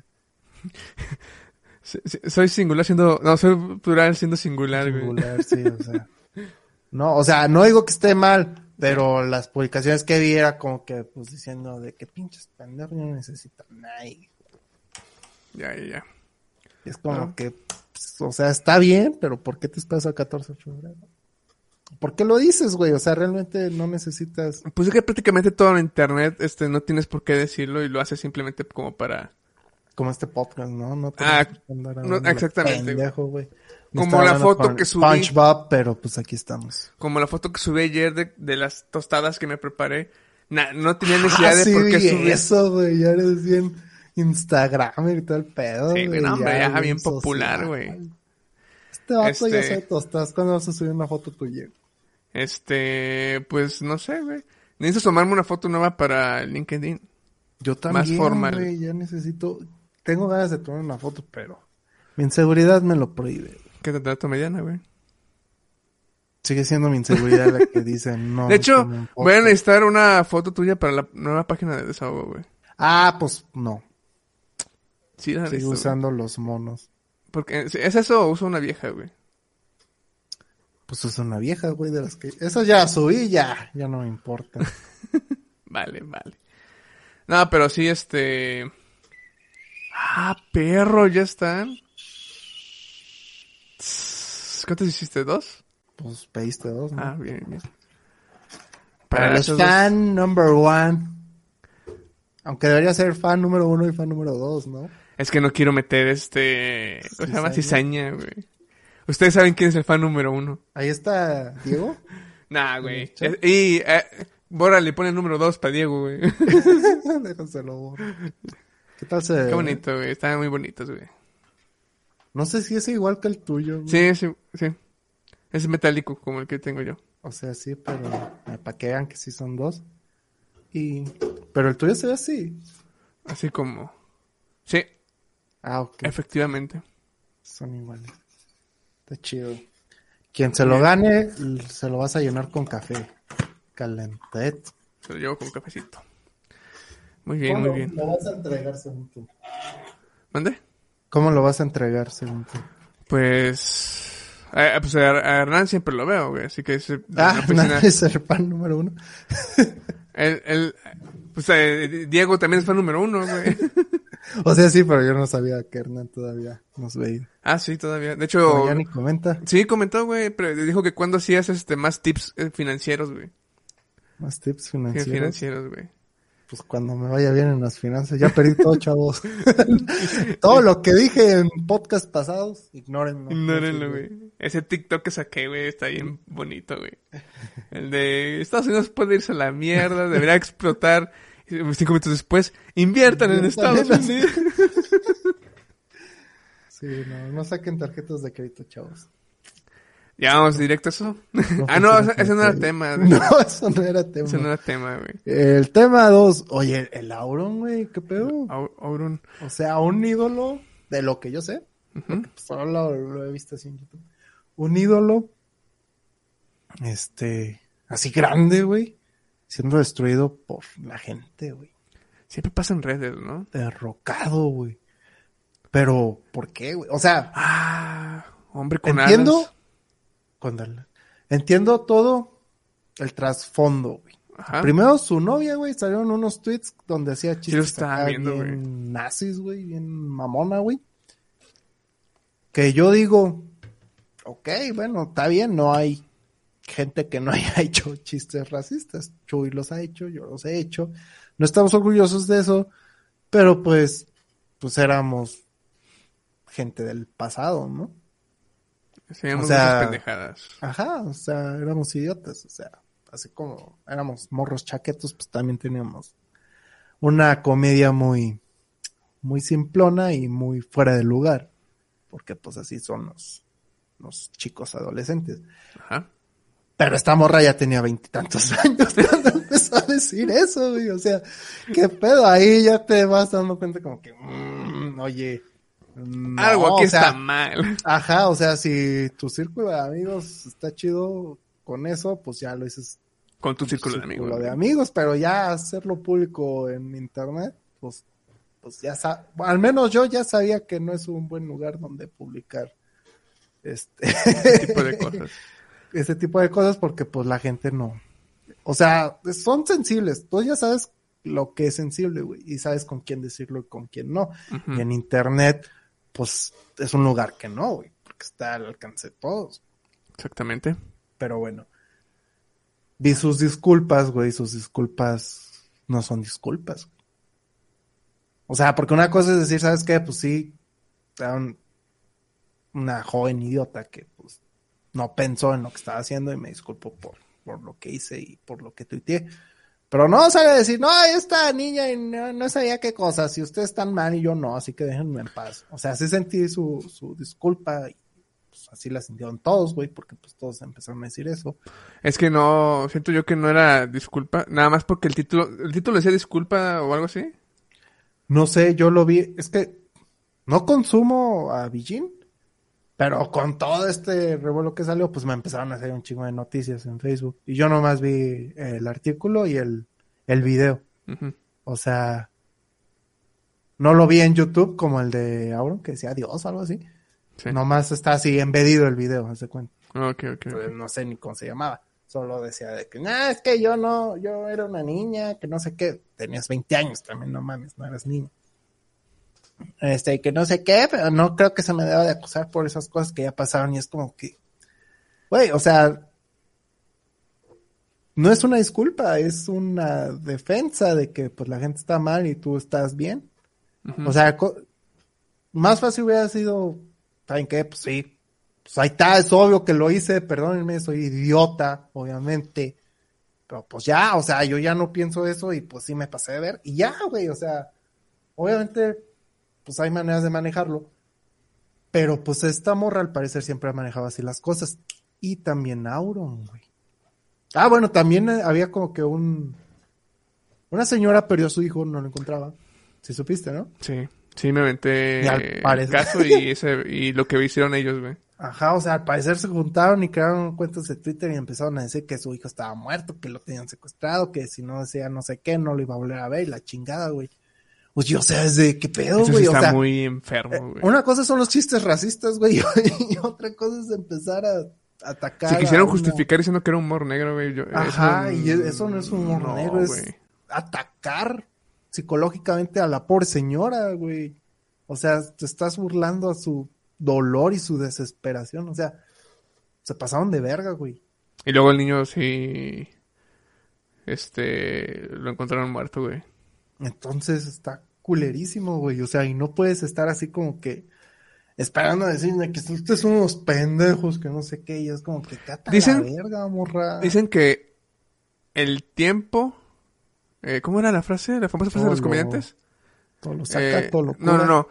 Soy singular siendo... No, soy plural siendo singular, güey. Singular, sí, o sea. No, o sea, no digo que esté mal, pero las publicaciones que vi era como que, pues, diciendo de que pinches pendejos no necesitan a nadie. Ya. Y es como Ah. que, pues, o sea, está bien, pero ¿por qué te esperas al 14 de febrero? ¿Por qué lo dices, güey? O sea, realmente no necesitas... Pues es que prácticamente todo en internet, no tienes por qué decirlo y lo haces simplemente como para... Como este podcast, ¿no? No Ah, tenemos que andar no, hablando de exactamente, pendejo, güey. Me Como estaba la hablando foto con que subí. SpongeBob, pero pues aquí estamos. Como la foto que subí ayer de las tostadas que me preparé. No tenía necesidad Ah, de sí, por qué vi subir. eso, güey. Ya eres bien Instagram y todo el pedo, Sí, güey. no, hombre, ya bien social. popular, güey. Este vato ya sabe tostadas. ¿Cuándo vas a subir una foto tuya? Pues no sé, güey. Necesito tomarme una foto nueva para LinkedIn. Yo Más también, formal. güey. Ya necesito... Tengo ganas de tomar una foto, pero mi inseguridad me lo prohíbe. ¿Qué te trato mediana, güey? Sigue siendo mi inseguridad la que dice no. De hecho, tomen voy a fotos. necesitar una foto tuya para la nueva página de desahogo, güey. Ah, pues no. Sí, la Sigo necesito, güey. usando los monos. Porque, ¿es eso o uso una vieja, güey? Pues es una vieja, güey, de las que... Eso ya subí, ya no me importa. Vale. No, pero sí, perro, ya están. ¿Cuántos hiciste? ¿2? Pues pediste dos, ¿no? Ah, bien. Para los esos dos. fan number one. Aunque debería ser fan número 1 y fan número 2, ¿no? Es que no quiero meter ¿cómo se llama? Cizaña, güey. Ustedes saben quién es el fan número 1. Ahí está Diego. Nah, güey. ¿Chat? Bórale, pone el número 2 para Diego, güey. Déjaselo borro. ¿Qué tal se...? Qué bonito, güey. Están muy bonitos, güey. No sé si es igual que el tuyo, güey. Sí. Es metálico como el que tengo yo. O sea, sí, pero... para que vean que sí son dos. Pero el tuyo se ve así. Así como... Sí, Ah, ok. efectivamente. Son iguales. Está chido. Quien se lo Bien. gane, se lo vas a llenar con café. Calentet. Se lo llevo con cafecito. Muy bien, muy bien. ¿Lo vas a entregar según tú? ¿Mande? ¿Cómo lo vas a entregar según tú? Pues a Hernán siempre lo veo, güey. Así que es de la Ah, oficina. no, es el fan número 1. Diego también es fan número 1, güey. O sea, sí, pero yo no sabía que Hernán todavía nos veía. Ah, sí, todavía. De Pero hecho, ya ni comenta. sí, comentó, güey, pero dijo que cuando hacías más tips financieros, güey. Más tips Sí, financieros. financieros, güey. Pues cuando me vaya bien en las finanzas. Ya perdí todo, chavos. Todo lo que dije en podcast pasados, ignórenlo. Ignórenlo, No güey. sirve. Ese TikTok que saqué, güey, está bien bonito, güey. El de Estados Unidos puede irse a la mierda, debería explotar. 5 minutos después, inviertan en Inviertan Estados en Unidos. Sí, no saquen tarjetas de crédito, chavos. Ya vamos directo a eso. No No, funciona ese no con era crédito. tema. No, eso no era tema. Ese no era tema, güey. El tema 2. Oye, el Auron, güey, ¿qué pedo? Auron. O sea, un ídolo, de lo que yo sé, Ujú. porque pues solo lo he visto así en YouTube. Un ídolo, así grande, güey, siendo destruido por la gente, güey. Siempre pasa en redes, ¿no? Derrocado, güey. Pero, ¿por qué, güey? O sea, Hombre con entiendo, alas. entiendo todo el trasfondo, güey. Ajá. Primero su novia, güey, salieron unos tweets donde hacía lo chistes estaba acá viendo, bien nazis, güey, bien mamona, güey. Que yo digo, ok, bueno, está bien, no hay gente que no haya hecho chistes racistas. Chuy los ha hecho, yo los he hecho. No estamos orgullosos de eso, pero pues éramos gente del pasado, ¿no? Hacíamos O sea, muchas pendejadas. Ajá, o sea, éramos idiotas, o sea, así como éramos morros chaquetos, pues también teníamos una comedia muy, muy simplona y muy fuera de lugar, porque pues así son los chicos adolescentes. Ajá. Pero esta morra ya tenía 20 y tantos años cuando empezó a decir eso, güey. O sea, qué pedo, ahí ya te vas dando cuenta como que, oye, no, Algo aquí o sea, está mal. ajá, o sea, si tu círculo de amigos está chido con eso, pues ya lo dices Con tu con círculo de amigos. de amigos, pero ya hacerlo público en internet, pues ya al menos yo ya sabía que no es un buen lugar donde publicar Ese tipo de cosas. ese tipo de cosas porque pues la gente no, o sea, son sensibles, tú ya sabes lo que es sensible, güey, y sabes con quién decirlo y con quién no. Ujú. Y en internet, pues es un lugar que no, güey, porque está al alcance de todos. Exactamente. Pero bueno, vi sus disculpas, güey, sus disculpas no son disculpas. O sea, porque una cosa es decir, ¿sabes qué? Pues sí, era una joven idiota que pues no pensó en lo que estaba haciendo y me disculpo por lo que hice y por lo que tuiteé. Pero no sale a decir, no, esta niña y no sabía qué cosas, si ustedes están mal y yo no, así que déjenme en paz. O sea, sí sentí su disculpa y pues así la sintieron todos, güey, porque pues todos empezaron a decir eso. Es que no, siento yo que no era disculpa, nada más porque el título decía disculpa o algo así. No sé, yo lo vi, es que no consumo a Bijin, pero con todo este revuelo que salió, pues me empezaron a hacer un chingo de noticias en Facebook. Y yo nomás vi el artículo y el video. Ujú. O sea, no lo vi en YouTube como el de Auron, que decía adiós o algo así. Sí. Nomás está así embedido el video, haz de cuenta. Ok. Pues no sé ni cómo se llamaba. Solo decía de que, es que yo era una niña, que no sé qué. Tenías 20 años también, no mames, no eras niña. Que no sé qué, pero no creo que se me deba de acusar por esas cosas que ya pasaron y es como que, güey, o sea, no es una disculpa, es una defensa de que pues la gente está mal y tú estás bien. Ujú. O sea, más fácil hubiera sido, ¿saben qué? Pues sí, pues ahí está, es obvio que lo hice, perdónenme, soy idiota, obviamente, pero pues ya, o sea, yo ya no pienso eso y pues sí me pasé de ver y ya, güey, o sea, obviamente pues hay maneras de manejarlo, pero pues esta morra al parecer siempre ha manejado así las cosas, y también Auron, güey. Ah, bueno, también había como que una señora perdió a su hijo, no lo encontraba, si supiste, ¿no? Sí, me aventé Y al el parecer- caso y lo que hicieron ellos, güey. Ajá, o sea, al parecer se juntaron y crearon cuentas de Twitter y empezaron a decir que su hijo estaba muerto, que lo tenían secuestrado, que si no decía no sé qué, no lo iba a volver a ver, y la chingada, güey. Pues yo, o sea, ¿desde qué pedo, Eso sí güey? O está sea, muy enfermo, güey. una cosa son los chistes racistas, güey, y otra cosa es empezar a atacar Se quisieron a justificar diciendo que era humor negro, güey. Ajá, y eso no es humor no, negro, es güey. atacar psicológicamente a la pobre señora, güey. O sea, te estás burlando a su dolor y su desesperación, o sea, se pasaron de verga, güey. Y luego el niño sí... lo encontraron muerto, güey. Entonces está culerísimo, güey, o sea, y no puedes estar así como que esperando a decirme que ustedes son unos pendejos, que no sé qué, y es como que cata la verga, morra. Dicen que el tiempo... ¿cómo era la frase? La famosa frase de los comediantes. Todo lo saca, todo lo No, cura. no.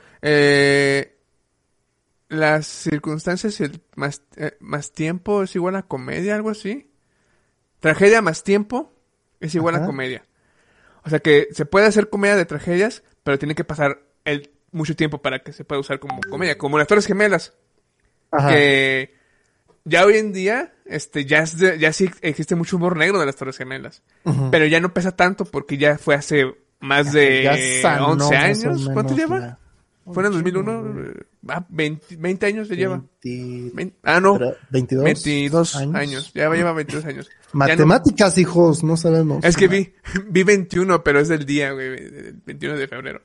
Las circunstancias y el más tiempo es igual a comedia, algo así. Tragedia más tiempo es igual a Ajá. comedia. O sea que se puede hacer comedia de tragedias, pero tiene que pasar mucho tiempo para que se pueda usar como comedia. Como las Torres Gemelas. Ajá. Que ya hoy en día ya sí existe mucho humor negro de las Torres Gemelas. Ujú. Pero ya no pesa tanto porque ya fue hace más Ya de sanó 11 más o años. ¿Cuánto menos lleva? la- Fue en el un chingo, 2001. güey. 20 años se lleva. 20 No. pero 22 22 años. Ya lleva 22 años. Ya no- Matemáticas, hijos, no sabemos. Es que vi 21, pero es del día, güey. El 21 de febrero.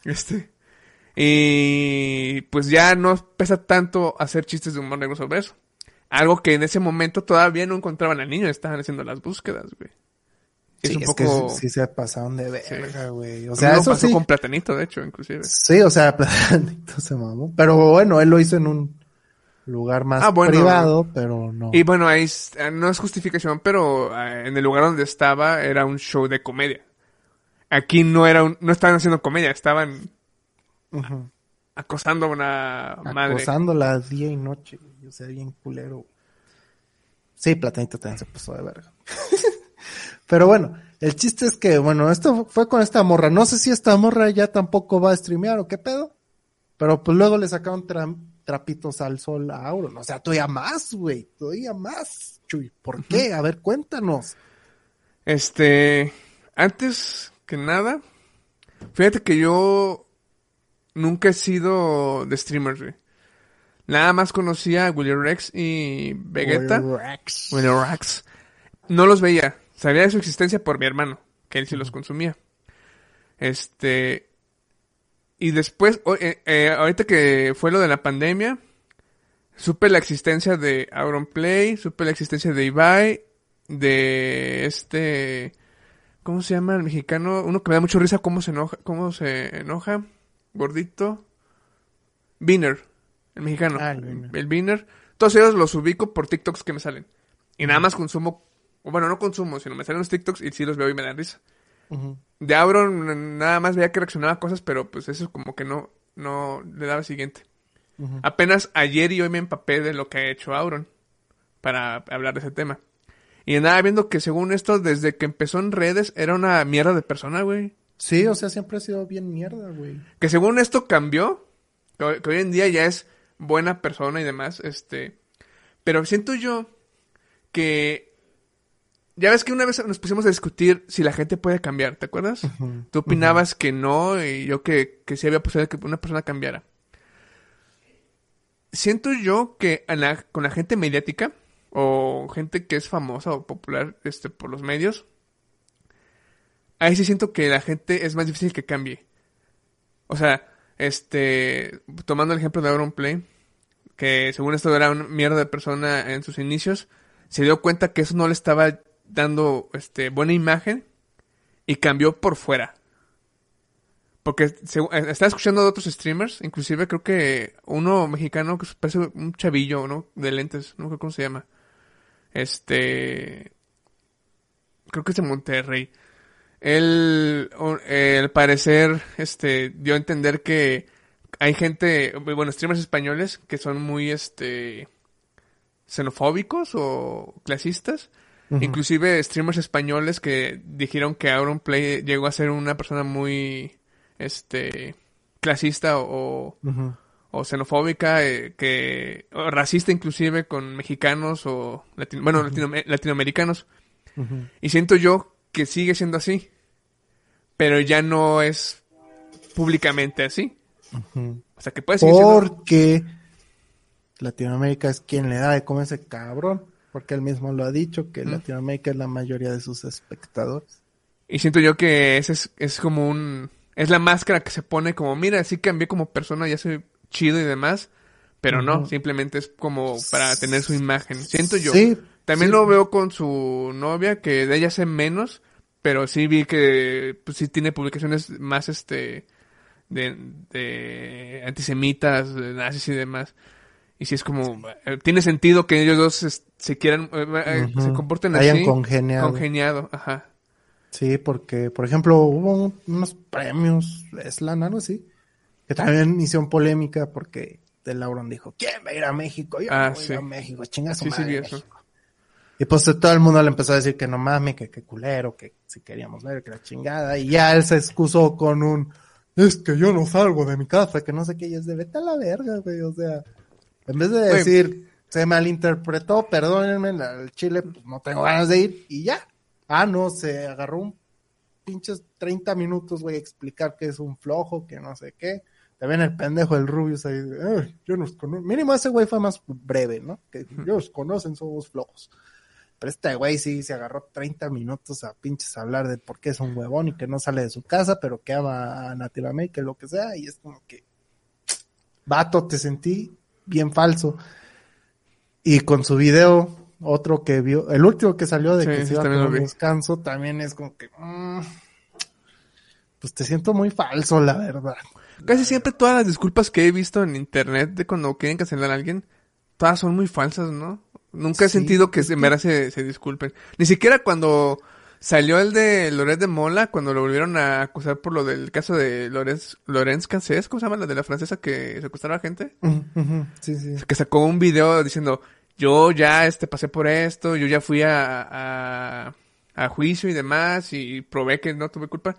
Y pues ya no pesa tanto hacer chistes de humor negro sobre eso. Algo que en ese momento todavía no encontraban al niño, estaban haciendo las búsquedas, güey. Es Sí, un es poco... que sí se pasaron de verga, güey. O A mí sea, me eso pasó sí. con Platanito, de hecho, inclusive. Sí, o sea, Platanito se mamó. Pero bueno, él lo hizo en un lugar más Ah, bueno. privado, pero no. Y bueno, ahí no es justificación, pero en el lugar donde estaba era un show de comedia. Aquí no estaban haciendo comedia, estaban Ujú. acosando a una madre. Acosándola día y noche. O sea, bien culero. Sí, Platanito también se pasó de verga. Pero bueno, el chiste es que, bueno, esto fue con esta morra. No sé si esta morra ya tampoco va a streamear o qué pedo. Pero pues luego le sacaron trapitos al sol a Auron. O sea, todavía más, güey. Todavía más. Chuy, ¿por qué? A ver, cuéntanos. Antes que nada, fíjate que yo nunca he sido de streamers, güey. Nada más conocía a Willy Rex y Vegeta. Rex. Willy Rex. No los veía. Sabía de su existencia por mi hermano, que él sí los consumía. Y después, ahorita que fue lo de la pandemia, supe la existencia de Auronplay, supe la existencia de Ibai, de ¿cómo se llama el mexicano? Uno que me da mucho risa cómo se enoja, gordito. Biner, el mexicano. Ah, el Biner. El Biner. Todos ellos los ubico por TikToks que me salen. Y nada más consumo, o bueno, no consumo, sino me salen los TikToks y sí los veo y me dan risa. Ujú. De Auron nada más veía que reaccionaba a cosas, pero pues eso como que no le daba siguiente. Ujú. Apenas ayer y hoy me empapé de lo que ha hecho Auron para hablar de ese tema. Y andaba viendo que según esto, desde que empezó en redes, era una mierda de persona, güey. Sí, o sea, siempre ha sido bien mierda, güey. Que según esto cambió, que hoy en día ya es buena persona y demás, pero siento yo que ya ves que una vez nos pusimos a discutir si la gente puede cambiar, ¿te acuerdas? Ujú. Tú opinabas que no y yo que sí había posibilidad de que una persona cambiara. Siento yo que con la gente mediática o gente que es famosa o popular por los medios, ahí sí siento que la gente es más difícil que cambie. O sea, tomando el ejemplo de Auronplay, que según esto era una mierda de persona en sus inicios, se dio cuenta que eso no le estaba dando buena imagen y cambió por fuera. Porque estaba escuchando de otros streamers, inclusive creo que uno mexicano que parece un chavillo, ¿no? De lentes, no sé cómo se llama. Creo que es de Monterrey. Él, al parecer, dio a entender que hay gente, bueno, streamers españoles que son muy, xenofóbicos o clasistas. Ujú. Inclusive streamers españoles que dijeron que Auronplay llegó a ser una persona muy, clasista Ujú. o xenofóbica, o racista inclusive con mexicanos o, latinoamericanos. Ujú. Y siento yo que sigue siendo así, pero ya no es públicamente así. Ujú. O sea, que puede seguir siendo... Porque Latinoamérica es quien le da de comer ese cabrón. Porque él mismo lo ha dicho, que Latinoamérica es la mayoría de sus espectadores. Y siento yo que ese es como es la máscara que se pone como, mira, sí cambié como persona, ya soy chido y demás, pero no, Ujú. simplemente es como para tener su imagen. Siento yo. Sí, También sí. lo veo con su novia, que de ella sé menos, pero sí vi que pues sí tiene publicaciones más de antisemitas, de nazis y demás. Y sí es como, tiene sentido que ellos dos se quieran, Ujú. se comporten Hayan así. congeniado. Congeniado, ajá. Sí, porque, por ejemplo, hubo unos premios, Eslan, algo así, que también hicieron polémica porque The Lauron dijo, ¿quién va a ir a México? Yo no voy a ir a Sí. México, chinga su Sí, madre vi eso. México. Y pues todo el mundo le empezó a decir que no mames, que culero, que si queríamos ver, que la chingada. Y ya él se excusó con es que yo no salgo de mi casa, que no sé qué, y es de vete a la verga, güey, o sea, en vez de decir, se malinterpretó, perdónenme, el Chile, pues no tengo ganas de ir, y ya. Ah, no, se agarró un pinches 30 minutos, güey, a explicar que es un flojo, que no sé qué. También el pendejo del Rubius ahí, yo nos conozco. Mínimo ese güey fue más breve, ¿no? Que ellos conocen, somos flojos. Pero este güey sí se agarró 30 minutos a pinches hablar de por qué es un huevón y que no sale de su casa, pero que ama a Latinoamérica y lo que sea, y es como que, vato, te sentí bien falso. Y con su video, otro que vio, el último que salió de Sí, que sí, se iba a también tomar lo un vi. descanso, también es como que, pues te siento muy falso, la verdad. Casi siempre todas las disculpas que he visto en internet de cuando quieren cancelar a alguien, todas son muy falsas, ¿no? Nunca he Sí, sentido que es en que, verdad se disculpen. Ni siquiera cuando salió el de Loret de Mola, cuando lo volvieron a acusar por lo del caso de Lorenz Cassés, ¿cómo se llama? La de la francesa que secuestraba a gente. ujú, sí, sí. Que sacó un video diciendo, yo ya pasé por esto, yo ya fui a juicio y demás, y probé que no tuve culpa.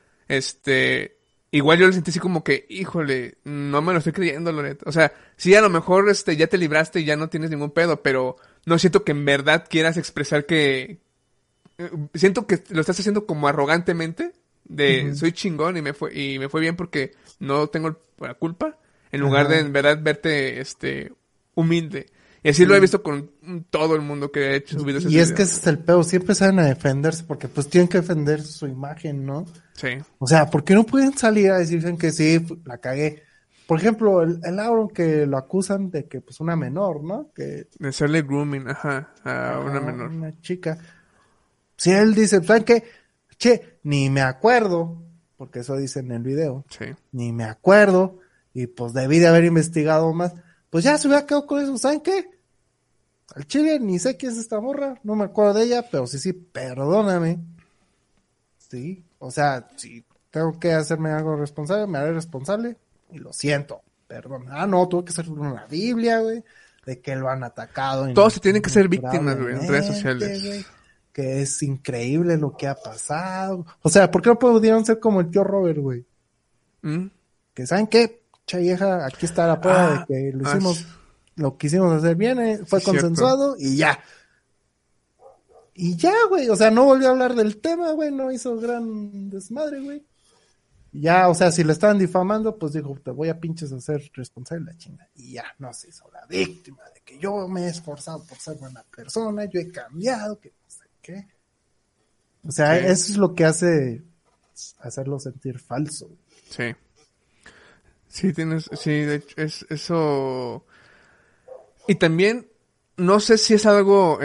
Igual yo lo sentí así como que, híjole, no me lo estoy creyendo, Loret. O sea, sí, a lo mejor ya te libraste y ya no tienes ningún pedo, pero no siento que en verdad quieras expresar que... siento que lo estás haciendo como arrogantemente, de Ujú. soy chingón y me fue bien porque no tengo la culpa, en lugar de Ajá, en verdad verte, humilde. Y así lo he sí. visto con todo el mundo que ha hecho subido Y ese es que video. ese es el peor, siempre salen a defenderse porque pues tienen que defender su imagen, ¿no? Sí, O sea, ¿por qué no pueden salir a decir que sí, la cagué? Por ejemplo, el Auron que lo acusan de que pues una menor, ¿no? Que, de hacerle grooming, ajá, a una ajá, menor. una chica. Si él dice, ¿saben qué? Che, ni me acuerdo, porque eso dice en el video, Sí. ni me acuerdo, y pues debí de haber investigado más, pues ya se hubiera quedado con eso, ¿saben qué? Al chile ni sé quién es esta morra, no me acuerdo de ella, pero sí, sí, perdóname. Sí, o sea, si tengo que hacerme algo responsable, me haré responsable y lo siento, perdón. Ah, no, tuve que hacer una Biblia, güey, de que lo han atacado Todos se tienen que ser víctimas, güey, en redes incurablemente, sociales. güey, que es increíble lo que ha pasado. O sea, ¿por qué no pudieron ser como el tío Robert, güey? ¿Mm? Que, ¿saben qué? Cha vieja, aquí está la prueba de Ah, que lo ah, hicimos, lo quisimos hacer bien, sí, fue cierto. consensuado y ya. Y ya, güey, o sea, no volvió a hablar del tema, güey, no hizo gran desmadre, güey. Ya, o sea, si lo estaban difamando, pues dijo, te voy a pinches hacer responsable de la chinga. Y ya, no se hizo la víctima de que yo me he esforzado por ser buena persona, yo he cambiado, que no sé qué. O sea, Sí, eso es lo que hace hacerlo sentir falso. sí. Sí, sí, de hecho, es eso. Y también, no sé si es algo,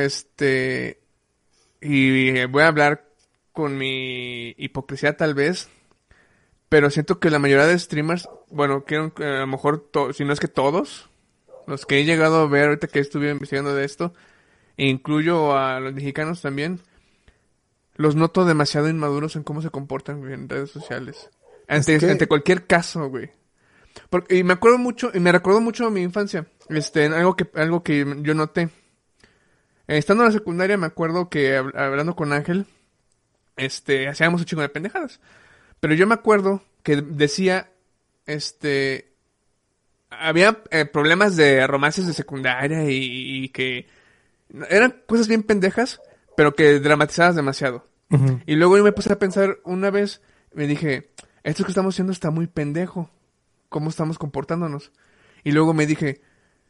y voy a hablar con mi hipocresía tal vez, pero siento que la mayoría de streamers, bueno, quiero a lo mejor, si no es que todos, los que he llegado a ver ahorita que estuve investigando de esto, e incluyo a los mexicanos también, los noto demasiado inmaduros en cómo se comportan güey, en redes sociales. Es Ante que, cualquier caso, güey. Y me acuerdo mucho, y me recordó mucho a mi infancia, en algo que yo noté. Estando en la secundaria me acuerdo que hablando con Ángel, hacíamos un chingo de pendejadas. Pero yo me acuerdo que decía, había problemas de romances de secundaria y que eran cosas bien pendejas, pero que dramatizadas demasiado. ujú, Y luego yo me puse a pensar una vez, me dije, esto que estamos haciendo está muy pendejo. ¿Cómo estamos comportándonos? Y luego me dije,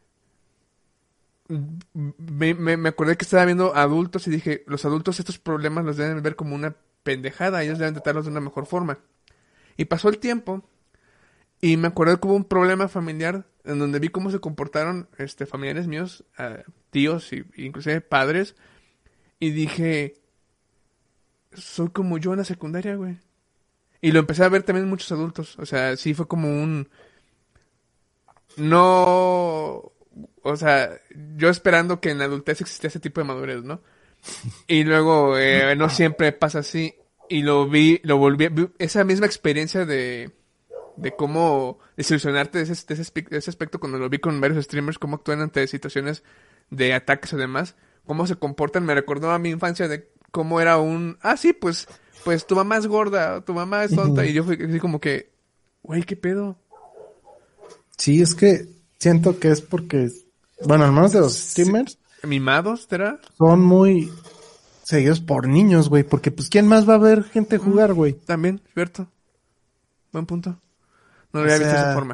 me acordé que estaba viendo adultos y dije, los adultos estos problemas los deben ver como una pendejada, ellos deben tratarlos de una mejor forma. Y pasó el tiempo y me acordé que hubo un problema familiar en donde vi cómo se comportaron familiares míos, tíos y inclusive padres, y dije, soy como yo en la secundaria, güey. Y lo empecé a ver también en muchos adultos, o sea, sí fue como un no, o sea, yo esperando que en la adultez existía ese tipo de madurez, ¿no? Y luego no siempre pasa así y lo volví, esa misma experiencia de cómo desilusionarte de ese aspecto cuando lo vi con varios streamers, cómo actúan ante situaciones de ataques o demás, cómo se comportan, me recordó a mi infancia de cómo era sí, pues tu mamá es gorda, tu mamá es tonta, ujú. y yo fui así como que, güey, ¿qué pedo? Sí, es que siento que es porque, bueno, al menos de los Sí, streamers, ¿mimados, será? son muy seguidos por niños, güey, porque pues ¿quién más va a ver gente Mm, jugar, güey? también, cierto. Buen punto. No lo O había visto de esa sea, forma.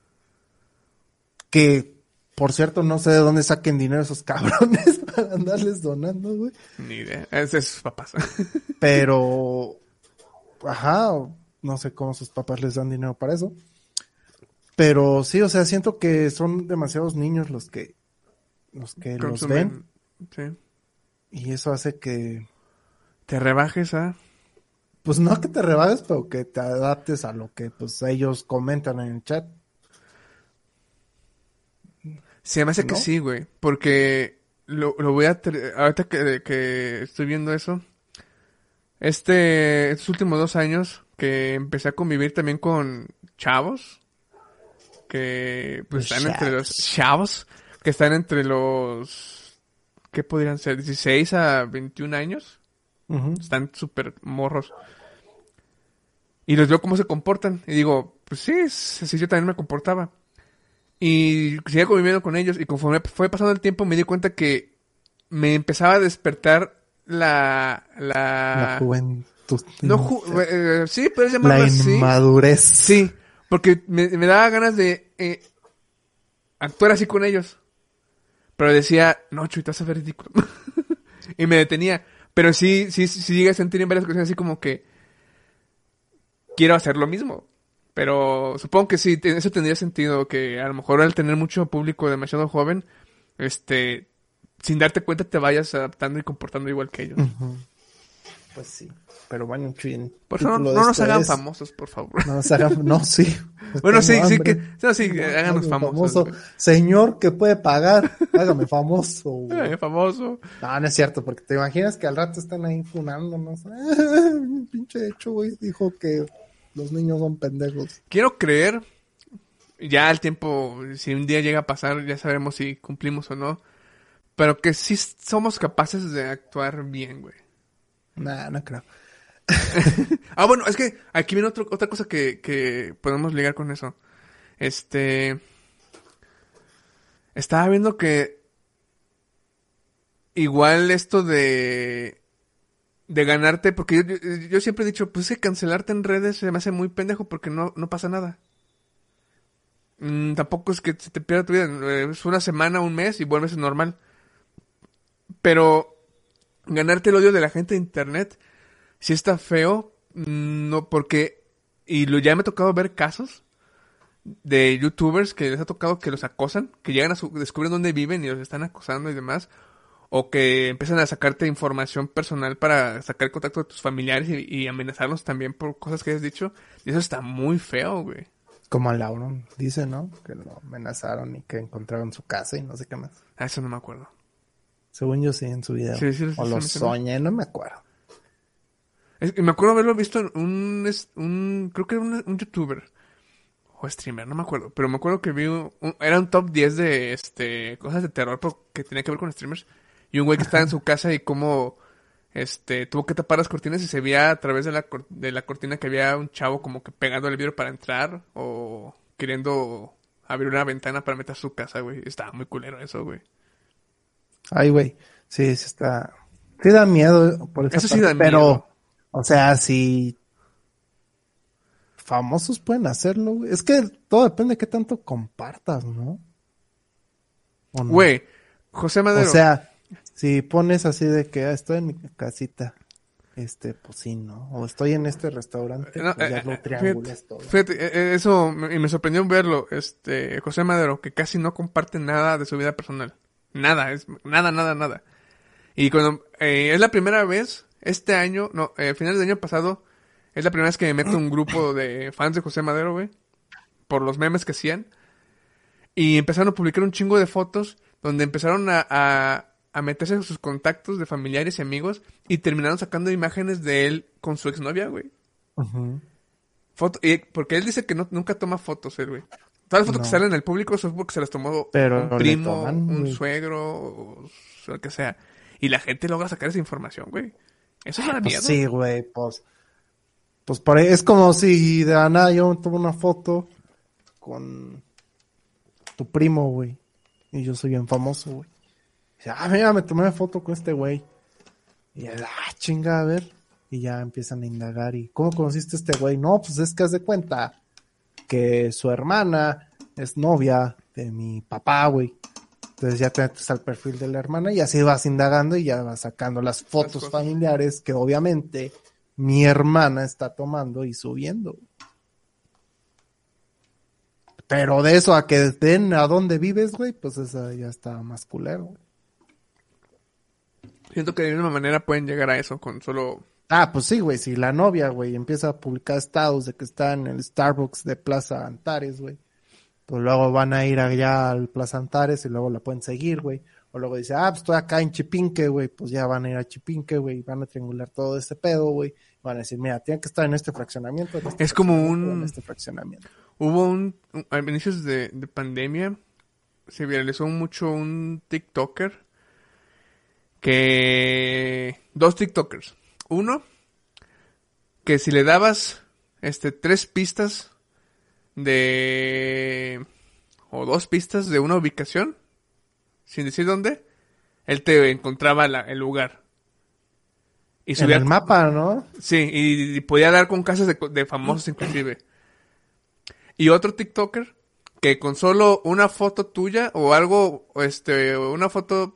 que, por cierto, no sé de dónde saquen dinero esos cabrones para andarles donando, güey. Ni idea. Es de sus papás. Pero, ajá, no sé cómo sus papás les dan dinero para eso. Pero sí, o sea, siento que son demasiados niños los que los que los consumen. ven, Sí. y eso hace que, Te rebajes a... pues no que te rebajes, pero que te adaptes a lo que pues ellos comentan en el chat, Se me hace que ¿no? sí, güey. Porque lo voy a... Ahorita que estoy viendo eso. Estos últimos 2 años que empecé a convivir también con chavos. Que pues Los están entre los... chats. Chavos. Que están entre los... ¿Qué podrían ser? 16 a 21 años. Ujú. Están súper morros. Y los veo cómo se comportan. Y digo, pues sí, así yo también me comportaba. Y seguía conviviendo con ellos. Y conforme fue pasando el tiempo, me di cuenta que me empezaba a despertar La juventud, No, sí, puedes la llamarlo así. inmadurez. Sí, porque me daba ganas de actuar así con ellos. Pero decía, no, Chuy, te vas a ver ridículo. Y me detenía. Pero sí llegué a sentir en varias ocasiones así como que quiero hacer lo mismo. Pero supongo que sí, eso tendría sentido, que a lo mejor al tener mucho público demasiado joven, sin darte cuenta te vayas adaptando y comportando igual que ellos. Ujú. Pues sí. Pero bueno, Chuy, el Por favor, título de no nos esto hagan es... famosos, por favor. No nos hagan... No, sí. Bueno, Tengo sí, hambre. no, sí, No, háganos hágame famosos, famoso. güey. Señor que puede pagar, hágame famoso, güey. Famoso. No, no es cierto, porque te imaginas que al rato están ahí funándonos. Pinche hecho, güey, dijo que los niños son pendejos. Quiero creer, ya al tiempo, si un día llega a pasar, ya sabremos si cumplimos o no, pero que sí somos capaces de actuar bien, güey. Nah, no creo. Bueno, es que aquí viene otra cosa que podemos ligar con eso. Estaba viendo que igual esto de ganarte, porque yo siempre he dicho, pues es que cancelarte en redes se me hace muy pendejo porque no pasa nada. Tampoco es que se te pierda tu vida, es una semana, un mes y vuelves normal. Pero ganarte el odio de la gente de internet sí está feo, no porque ya me ha tocado ver casos de youtubers que les ha tocado que los acosan, que llegan descubren dónde viven y los están acosando y demás, o que empiezan a sacarte información personal para sacar contacto de tus familiares y amenazarlos también por cosas que has dicho, y eso está muy feo, güey. Como Lauron dice, ¿no? Que lo amenazaron y que encontraron su casa y no sé qué más. Eso no me acuerdo. Según yo sí en su video. Sí, O lo soñé, no me acuerdo. Me acuerdo haberlo visto en creo que era un youtuber o streamer, no me acuerdo, pero me acuerdo que era un top 10 de cosas de terror que tenía que ver con streamers, y un güey que estaba en su casa y como tuvo que tapar las cortinas y se veía a través de la cortina que había un chavo como que pegando el vidrio para entrar o queriendo abrir una ventana para meter a su casa, güey. Estaba muy culero eso, güey. Ay, güey. Sí, sí está. Sí da miedo por esa Eso sí parte, da pero, miedo. o sea, si famosos pueden hacerlo, güey. Es que todo depende de qué tanto compartas, ¿no? ¿O no? Güey, José O Madero. sea, si pones así de que estoy en mi casita, pues sí, ¿no? O estoy en este restaurante, No, pues ya lo triangulas todo. Fíjate, eso y me sorprendió verlo, José Madero, que casi no comparte nada de su vida personal. Nada, nada. Y cuando es la primera vez, este año, no, finales del año pasado, es la primera vez que me meto en un grupo de fans de José Madero, güey, por los memes que hacían. Y empezaron a publicar un chingo de fotos donde empezaron a meterse en sus contactos de familiares y amigos y terminaron sacando imágenes de él con su exnovia, güey. Ujú. Porque él dice que nunca toma fotos, él, güey. Todas las fotos que No. salen en el público son porque se las tomó Pero un le primo, toman, un güey. suegro, o lo que sea. Y la gente logra sacar esa información, güey. Eso da Pues miedo. sí, güey, pues por ahí es como si de la nada yo tomo una foto con tu primo, güey. Y yo soy bien famoso, güey. Dice, mira, me tomé una foto con este güey. Y él, chinga, a ver. Y ya empiezan a indagar. ¿Y cómo conociste a este güey? No, pues es que haz de cuenta que su hermana es novia de mi papá, güey. Entonces ya te metes al perfil de la hermana y así vas indagando y ya vas sacando las fotos cosas. familiares que obviamente mi hermana está tomando y subiendo. Pero de eso a que den a dónde vives, güey, pues esa ya está más culero, güey. Siento que de una manera pueden llegar a eso con solo... Ah, pues sí, güey, si la novia, güey, empieza a publicar estados de que está en el Starbucks de Plaza Antares, güey, pues luego van a ir allá al Plaza Antares y luego la pueden seguir, güey. O luego dice, pues estoy acá en Chipinque, güey, pues ya van a ir a Chipinque, güey, van a triangular todo ese pedo, güey. Van a decir, mira, tienen que estar en este fraccionamiento. Es como en este fraccionamiento. Hubo a inicios de pandemia, se viralizó mucho un TikToker dos TikTokers. Uno, que si le dabas 3 pistas o 2 pistas de una ubicación, sin decir dónde, él te encontraba el lugar. Y subía en el mapa, ¿no? Sí, y podía dar con casas de famosos inclusive. Y otro TikToker que con solo una foto tuya o algo, una foto,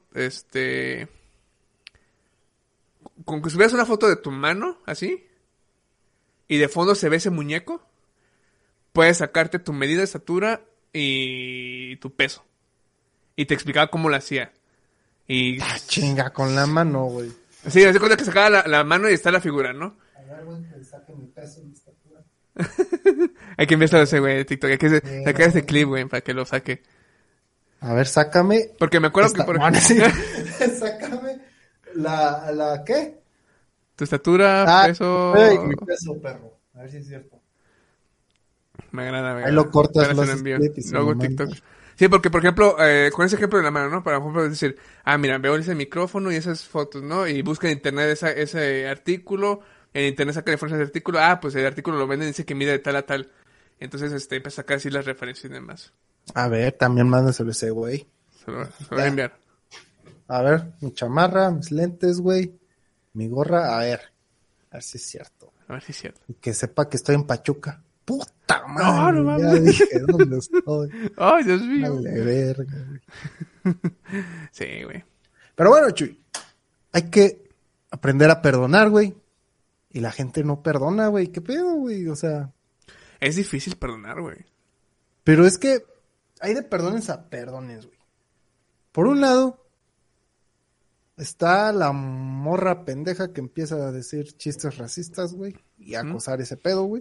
con que subieras una foto de tu mano, así, y de fondo se ve ese muñeco, puedes sacarte tu medida de estatura y tu peso. Y te explicaba cómo lo hacía. Y... chinga, con la mano, güey. Sí, hace cuenta que sacaba la mano y está la figura, ¿no? A ver, güey, que saque mi peso y mi estatura. Hay que enviárselo a ese güey de TikTok. Hay que sacar ese clip, güey, para que lo saque. A ver, sácame. Porque me acuerdo que... Sí. Sácame la ¿qué? Tu estatura, peso... mi peso, perro. A ver si es cierto. Me agrada, Ahí lo cortas, lo envío. Luego TikTok. Sí, porque, por ejemplo, con ese ejemplo de la mano, ¿no? Para ejemplo, decir, mira, veo ese micrófono y esas fotos, ¿no? Y busca en internet ese artículo, en internet saca la información del artículo, pues el artículo lo venden y dice que mide de tal a tal. Entonces, empieza a sacar así las referencias y demás. A ver, también mándaselo ese güey. Se lo voy a enviar. A ver, mi chamarra, mis lentes, güey, mi gorra, a ver si es cierto. A ver si es cierto. Y que sepa que estoy en Pachuca. ¡Puta madre! No ya mames. dije, ¿dónde estoy? ¡Ay, Dios mío! Dale, verga, güey. Sí, güey. Pero bueno, Chuy, hay que aprender a perdonar, güey. Y la gente no perdona, güey. ¿Qué pedo, güey? O sea... Es difícil perdonar, güey. Pero es que hay de perdones a perdones, güey. Por un lado, está la morra pendeja que empieza a decir chistes racistas, güey. Y a acosar ese pedo, güey.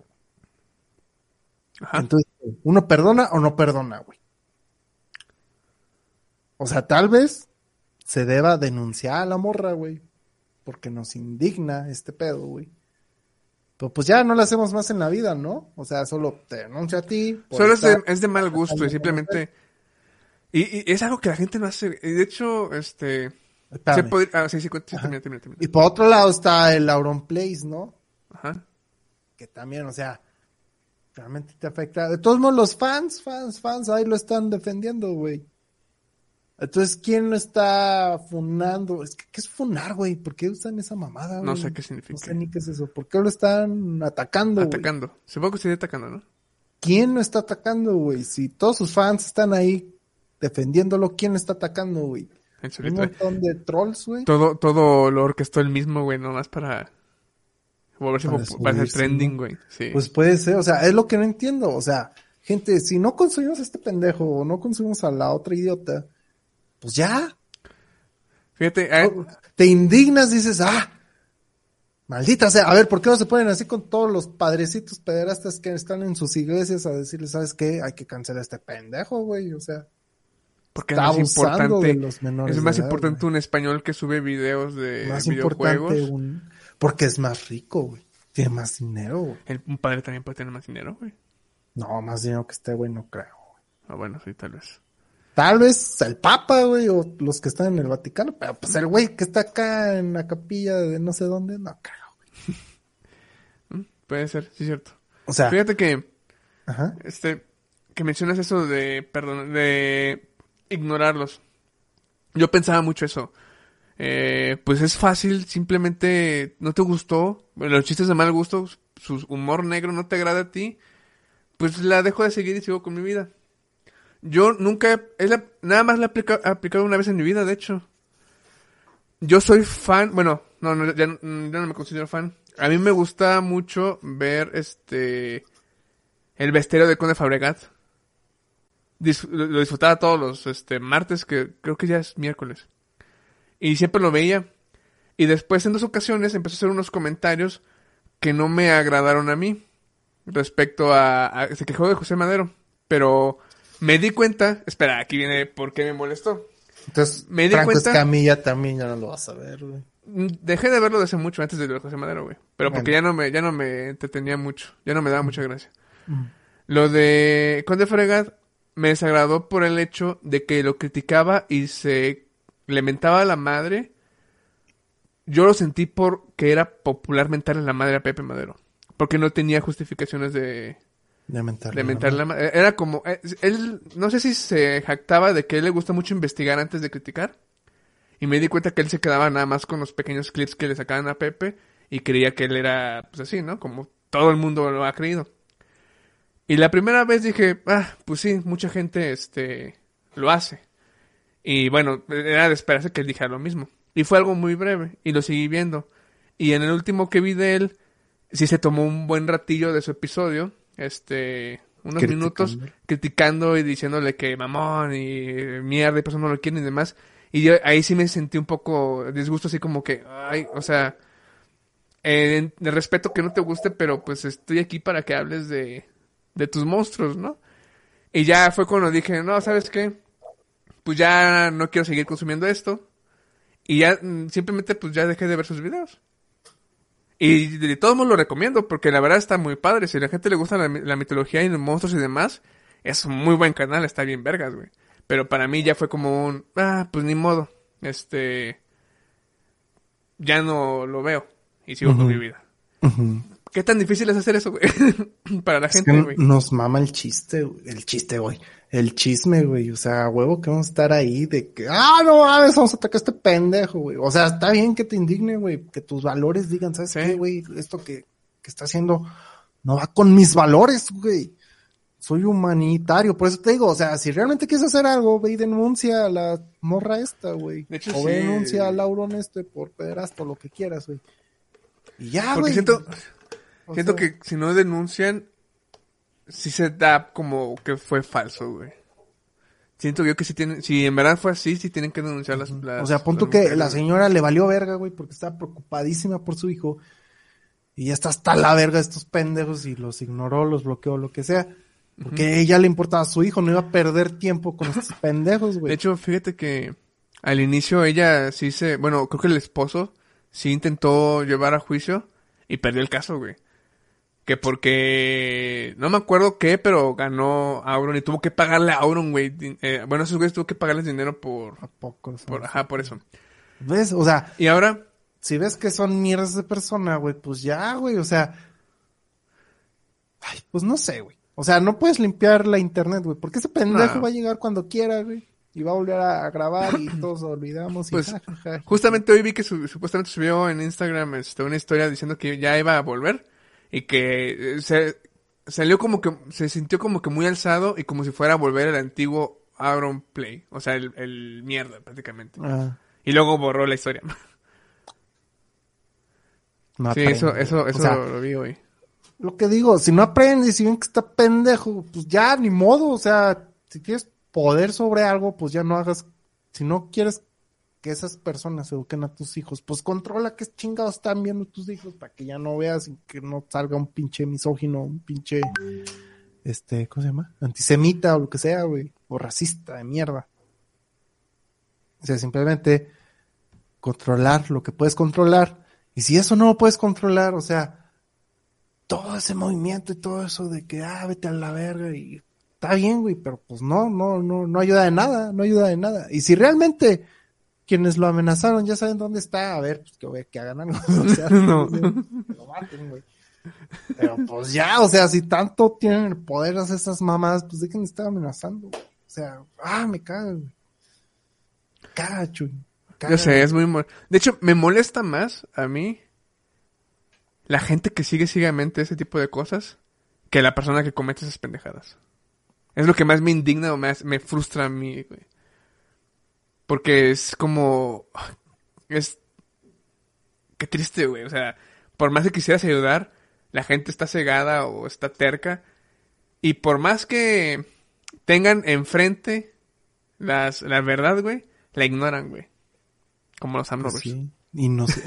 Ajá. Entonces, ¿uno perdona o no perdona, güey? O sea, tal vez se deba denunciar a la morra, güey. Porque nos indigna este pedo, güey. Pero pues ya no lo hacemos más en la vida, ¿no? O sea, solo te denuncio a ti. Solo es de mal gusto y simplemente... Y es algo que la gente no hace. Y de hecho, se podría... sí, termina. Y por otro lado está el Auron Place, ¿no? Ajá. Que también, o sea, realmente te afecta. De todos modos, los fans, ahí lo están defendiendo, güey. Entonces, ¿quién lo está funando? ¿Qué es funar, güey? ¿Por qué usan esa mamada, güey? No sé qué significa. No sé ni qué es eso. ¿Por qué lo están atacando, güey? Atacando. Supongo que estoy atacando, ¿no? ¿Quién lo está atacando, güey? Si todos sus fans están ahí defendiéndolo, ¿quién lo está atacando, güey? Un montón de trolls, güey. Todo lo orquestó el mismo, güey, nomás para volverse para hacer trending, ¿no? güey. Sí. Pues puede ser, o sea, es lo que no entiendo. O sea, gente, si no consumimos a este pendejo o no consumimos a la otra idiota, pues ya. Fíjate, te indignas, dices, maldita sea. A ver, ¿por qué no se ponen así con todos los padrecitos pederastas que están en sus iglesias a decirles, ¿sabes qué? Hay que cancelar a este pendejo, güey, o sea. Porque es más importante, es más importante un español que sube videos de más videojuegos. Porque es más rico, güey. Tiene más dinero, güey. Un padre también puede tener más dinero, güey. No, más dinero que este güey no creo, güey. Bueno, sí, tal vez. Tal vez el Papa, güey, o los que están en el Vaticano, pero pues el güey que está acá en la capilla de no sé dónde, no creo, güey. Puede ser, sí es cierto. O sea, fíjate que ajá. Que mencionas eso de ignorarlos. Yo pensaba mucho eso. Pues es fácil, simplemente no te gustó, los chistes de mal gusto, su humor negro no te agrada a ti, pues la dejo de seguir y sigo con mi vida. Yo nunca, nada más la he aplicado una vez en mi vida, de hecho. Yo soy fan, bueno, ya no me considero fan. A mí me gusta mucho ver el bestiario de Conde Fabregat. lo disfrutaba todos los martes, que creo que ya es miércoles. Y siempre lo veía. Y después en 2 ocasiones empezó a hacer unos comentarios que no me agradaron a mí respecto se quejó de José Madero. Pero me di cuenta... Espera, aquí viene por qué me molestó. Entonces, Me di Franco cuenta... Escamilla también ya no lo vas a ver, güey. Dejé de verlo desde mucho antes de lo de José Madero, güey. Pero porque ya no me entretenía mucho. Ya no me daba mucha gracia. Lo de Conde Fregat me desagradó por el hecho de que lo criticaba y se le mentaba a la madre. Yo lo sentí porque era popular mentarle a la madre a Pepe Madero. Porque no tenía justificaciones de mentarle a la madre. Era como... él, no sé si se jactaba de que a él le gusta mucho investigar antes de criticar. Y me di cuenta que él se quedaba nada más con los pequeños clips que le sacaban a Pepe. Y creía que él era, pues así, ¿no? Como todo el mundo lo ha creído. Y la primera vez dije, pues sí, mucha gente, lo hace. Y bueno, era de esperarse que él dijera lo mismo. Y fue algo muy breve. Y lo seguí viendo. Y en el último que vi de él, sí se tomó un buen ratillo de su episodio. Unos minutos criticando y diciéndole que mamón y mierda y por eso no lo quieren y demás. Y yo ahí sí me sentí un poco disgusto, así como que, ay, o sea, de respeto que no te guste, pero pues estoy aquí para que hables de tus monstruos, ¿no? Y ya fue cuando dije, no, ¿sabes qué? Pues ya no quiero seguir consumiendo esto. Y ya simplemente pues ya dejé de ver sus videos. Y de todos modos lo recomiendo, porque la verdad está muy padre. Si a la gente le gusta la mitología y los monstruos y demás, es un muy buen canal, está bien vergas, güey. Pero para mí ya fue como un, pues ni modo. Ya no lo veo. Y sigo con mi vida. ¿Qué tan difícil es hacer eso, güey? Para la gente, güey. Nos mama el chiste, güey. El chisme, güey. O sea, huevo que vamos a estar ahí de que, no mames, vamos a atacar a este pendejo, güey. O sea, está bien que te indigne, güey. Que tus valores digan, ¿sabes qué, güey? Esto que está haciendo no va con mis valores, güey. Soy humanitario. Por eso te digo, o sea, si realmente quieres hacer algo, ve y denuncia a la morra esta, güey. De hecho, o ve y denuncia al Auron por pederasta, lo que quieras, güey. Y ya, güey. Porque siento que si no denuncian, sí se da como que fue falso, güey. Siento yo que si en verdad fue así, sí tienen que denunciar las o sea, punto que la señora le valió verga, güey, porque estaba preocupadísima por su hijo. Y ya está hasta la verga de estos pendejos y los ignoró, los bloqueó, lo que sea. Porque a ella le importaba a su hijo, no iba a perder tiempo con estos pendejos, güey. De hecho, fíjate que al inicio ella bueno, creo que el esposo sí intentó llevar a juicio y perdió el caso, güey. Que porque... No me acuerdo qué, pero ganó Auron y tuvo que pagarle a Auron, güey. Bueno, esos güeyes tuvo que pagarles dinero por... ¿A poco? por eso. ¿Ves? O sea... Y ahora... Si ves que son mierdas de persona, güey, pues ya, güey, o sea... Ay, pues no sé, güey. O sea, no puedes limpiar la internet, güey, porque ese pendejo va a llegar cuando quiera, güey. Y va a volver a grabar y todos olvidamos. Pues, ja. Justamente hoy vi que supuestamente subió en Instagram una historia diciendo que ya iba a volver. Y que salió como que, se sintió como que muy alzado y como si fuera a volver el antiguo Auron Play. O sea, el mierda, prácticamente. Y luego borró la historia. No sí, aprende, eso o sea, lo vi hoy. Lo que digo, si no aprendes, si ven que está pendejo, pues ya, ni modo. O sea, si quieres poder sobre algo, pues ya no hagas. Si no quieres que esas personas eduquen a tus hijos, pues controla qué chingados están viendo tus hijos para que ya no veas y que no salga un pinche misógino, un pinche, ¿cómo se llama? Antisemita o lo que sea, güey, o racista de mierda. O sea, simplemente controlar lo que puedes controlar, y si eso no lo puedes controlar, o sea, todo ese movimiento y todo eso de que, vete a la verga, y está bien, güey, pero pues no ayuda de nada, y si realmente quienes lo amenazaron ya saben dónde está, a ver, pues que hagan algo, o sea, no. Que lo maten, güey. Pero pues ya, o sea, si tanto tienen el poder de hacer esas mamadas, pues dejen de estar amenazando, güey. O sea, me caga, güey. Caga, Chuy. Yo sé, es muy... De hecho, me molesta más a mí la gente que sigue ciegamente ese tipo de cosas que la persona que comete esas pendejadas. Es lo que más me indigna o me frustra a mí, güey. Porque es como... Qué triste, güey. O sea, por más que quisieras ayudar, la gente está cegada o está terca. Y por más que tengan enfrente la verdad, güey, la ignoran, güey. Como los Sam Pues Roberts. sí. Y no sé.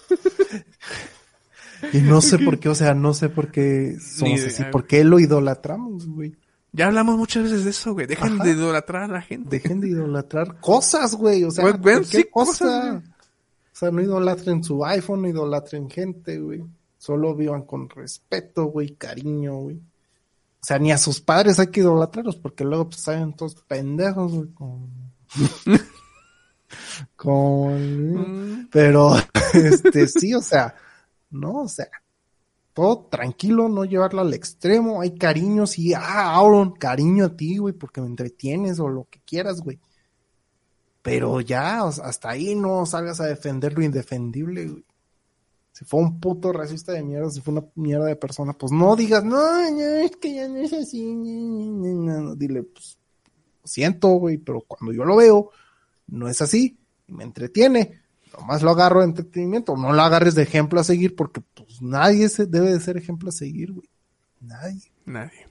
Y no sé por qué, o sea, no sé por qué somos Ni idea, así. güey. ¿Por qué lo idolatramos, güey? Ya hablamos muchas veces de eso, güey. Dejen Ajá. de idolatrar a la gente. Dejen de idolatrar cosas, güey. O sea, Güey, ven, cualquier sí, cosa. cosas, güey. O sea, no idolatren su iPhone, no idolatren gente, güey. Solo vivan con respeto, güey, cariño, güey. O sea, ni a sus padres hay que idolatrarlos, porque luego pues salen todos pendejos, güey, pero, sí, o sea, no, o sea, todo tranquilo, no llevarlo al extremo, hay cariño, sí, Auron, cariño a ti, güey, porque me entretienes o lo que quieras, güey. Pero ya, o sea, hasta ahí no salgas a defender lo indefendible, güey. Si fue un puto racista de mierda, si fue una mierda de persona, pues no digas, no, es que ya no es así, no. Dile, pues, lo siento, güey, pero cuando yo lo veo, no es así, me entretiene, nomás lo agarro de entretenimiento, no lo agarres de ejemplo a seguir, porque pues nadie debe de ser ejemplo a seguir, güey, nadie,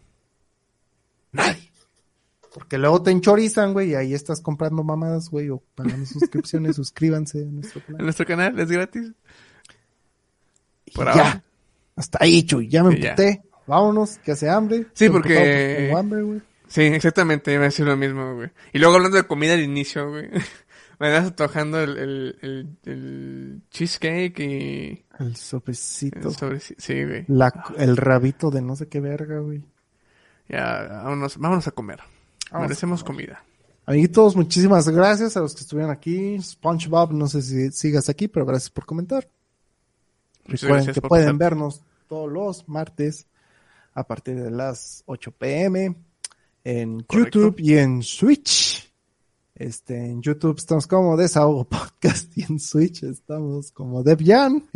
porque luego te enchorizan, güey, y ahí estás comprando mamadas, güey, o pagando suscripciones, suscríbanse a nuestro canal. En nuestro canal es gratis. Por ya, ahora. hasta ahí, Chuy, ya me Sí, ya. emputé, vámonos, que hace hambre. Sí, Estoy porque- emputado porque tengo hambre, güey. Sí, exactamente, iba a decir lo mismo, güey. Y luego hablando de comida al inicio, güey. Me andas antojando el cheesecake y... El sopecito. Sí, güey. El rabito de no sé qué verga, güey. Ya, vámonos a comer. Merecemos comida. Amiguitos, muchísimas gracias a los que estuvieron aquí. SpongeBob, no sé si sigas aquí, pero gracias por comentar. Muchas Recuerden gracias que por pueden pasar. vernos todos los martes a partir de las 8 p.m. en Correcto. YouTube y en Switch. En YouTube estamos como Desahogo Podcast y en Switch estamos como Debian.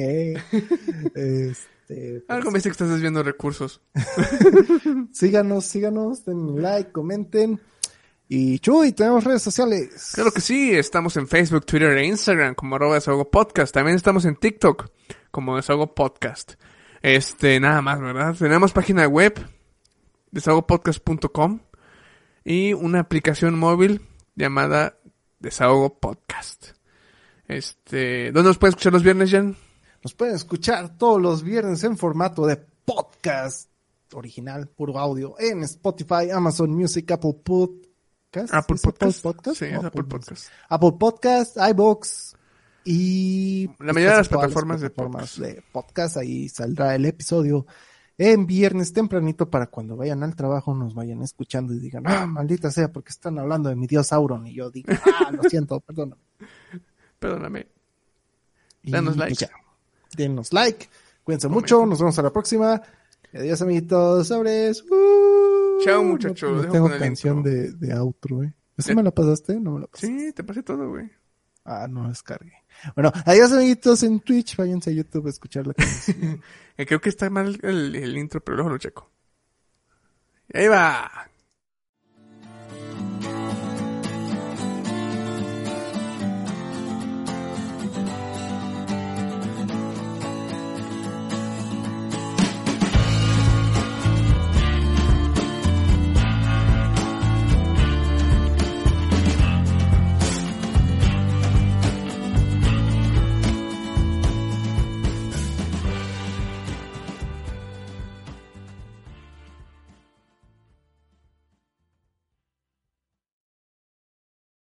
Algo me dice que estás desviando recursos. Síganos, den like, comenten. Y Chuy, tenemos redes sociales. Claro que sí, estamos en Facebook, Twitter e Instagram como @desahogopodcast. También estamos en TikTok como desahogopodcast. Nada más, ¿verdad? Tenemos página web, desahogopodcast.com y una aplicación móvil llamada Desahogo Podcast. ¿Dónde nos pueden escuchar los viernes, Jan? Nos pueden escuchar todos los viernes en formato de podcast original, puro audio, en Spotify, Amazon Music, Apple Podcast. Apple ¿Es Apple Podcast. Podcast? Sí, No, es Apple Podcast. Apple Podcast, iVoox y La mayoría de las casi todas plataformas de podcast. Ahí saldrá el episodio en viernes tempranito para cuando vayan al trabajo nos vayan escuchando y digan, maldita sea, porque están hablando de mi dios Auron. Y yo digo, lo siento, perdóname. Perdóname. Y Danos like. pues ya, denos like. Cuídense Comenten. mucho. Nos vemos a la próxima. Adiós, amiguitos. Sobres. Chao, muchachos. No Dejo tengo con el canción intro. de outro, ¿Esa me la pasaste? No me la pasaste. Sí, te pasé todo, güey. No la descargué. Bueno, adiós, amiguitos en Twitch. Váyanse a YouTube a escuchar la canción. Creo que está mal el intro, pero luego lo checo. Y ahí va.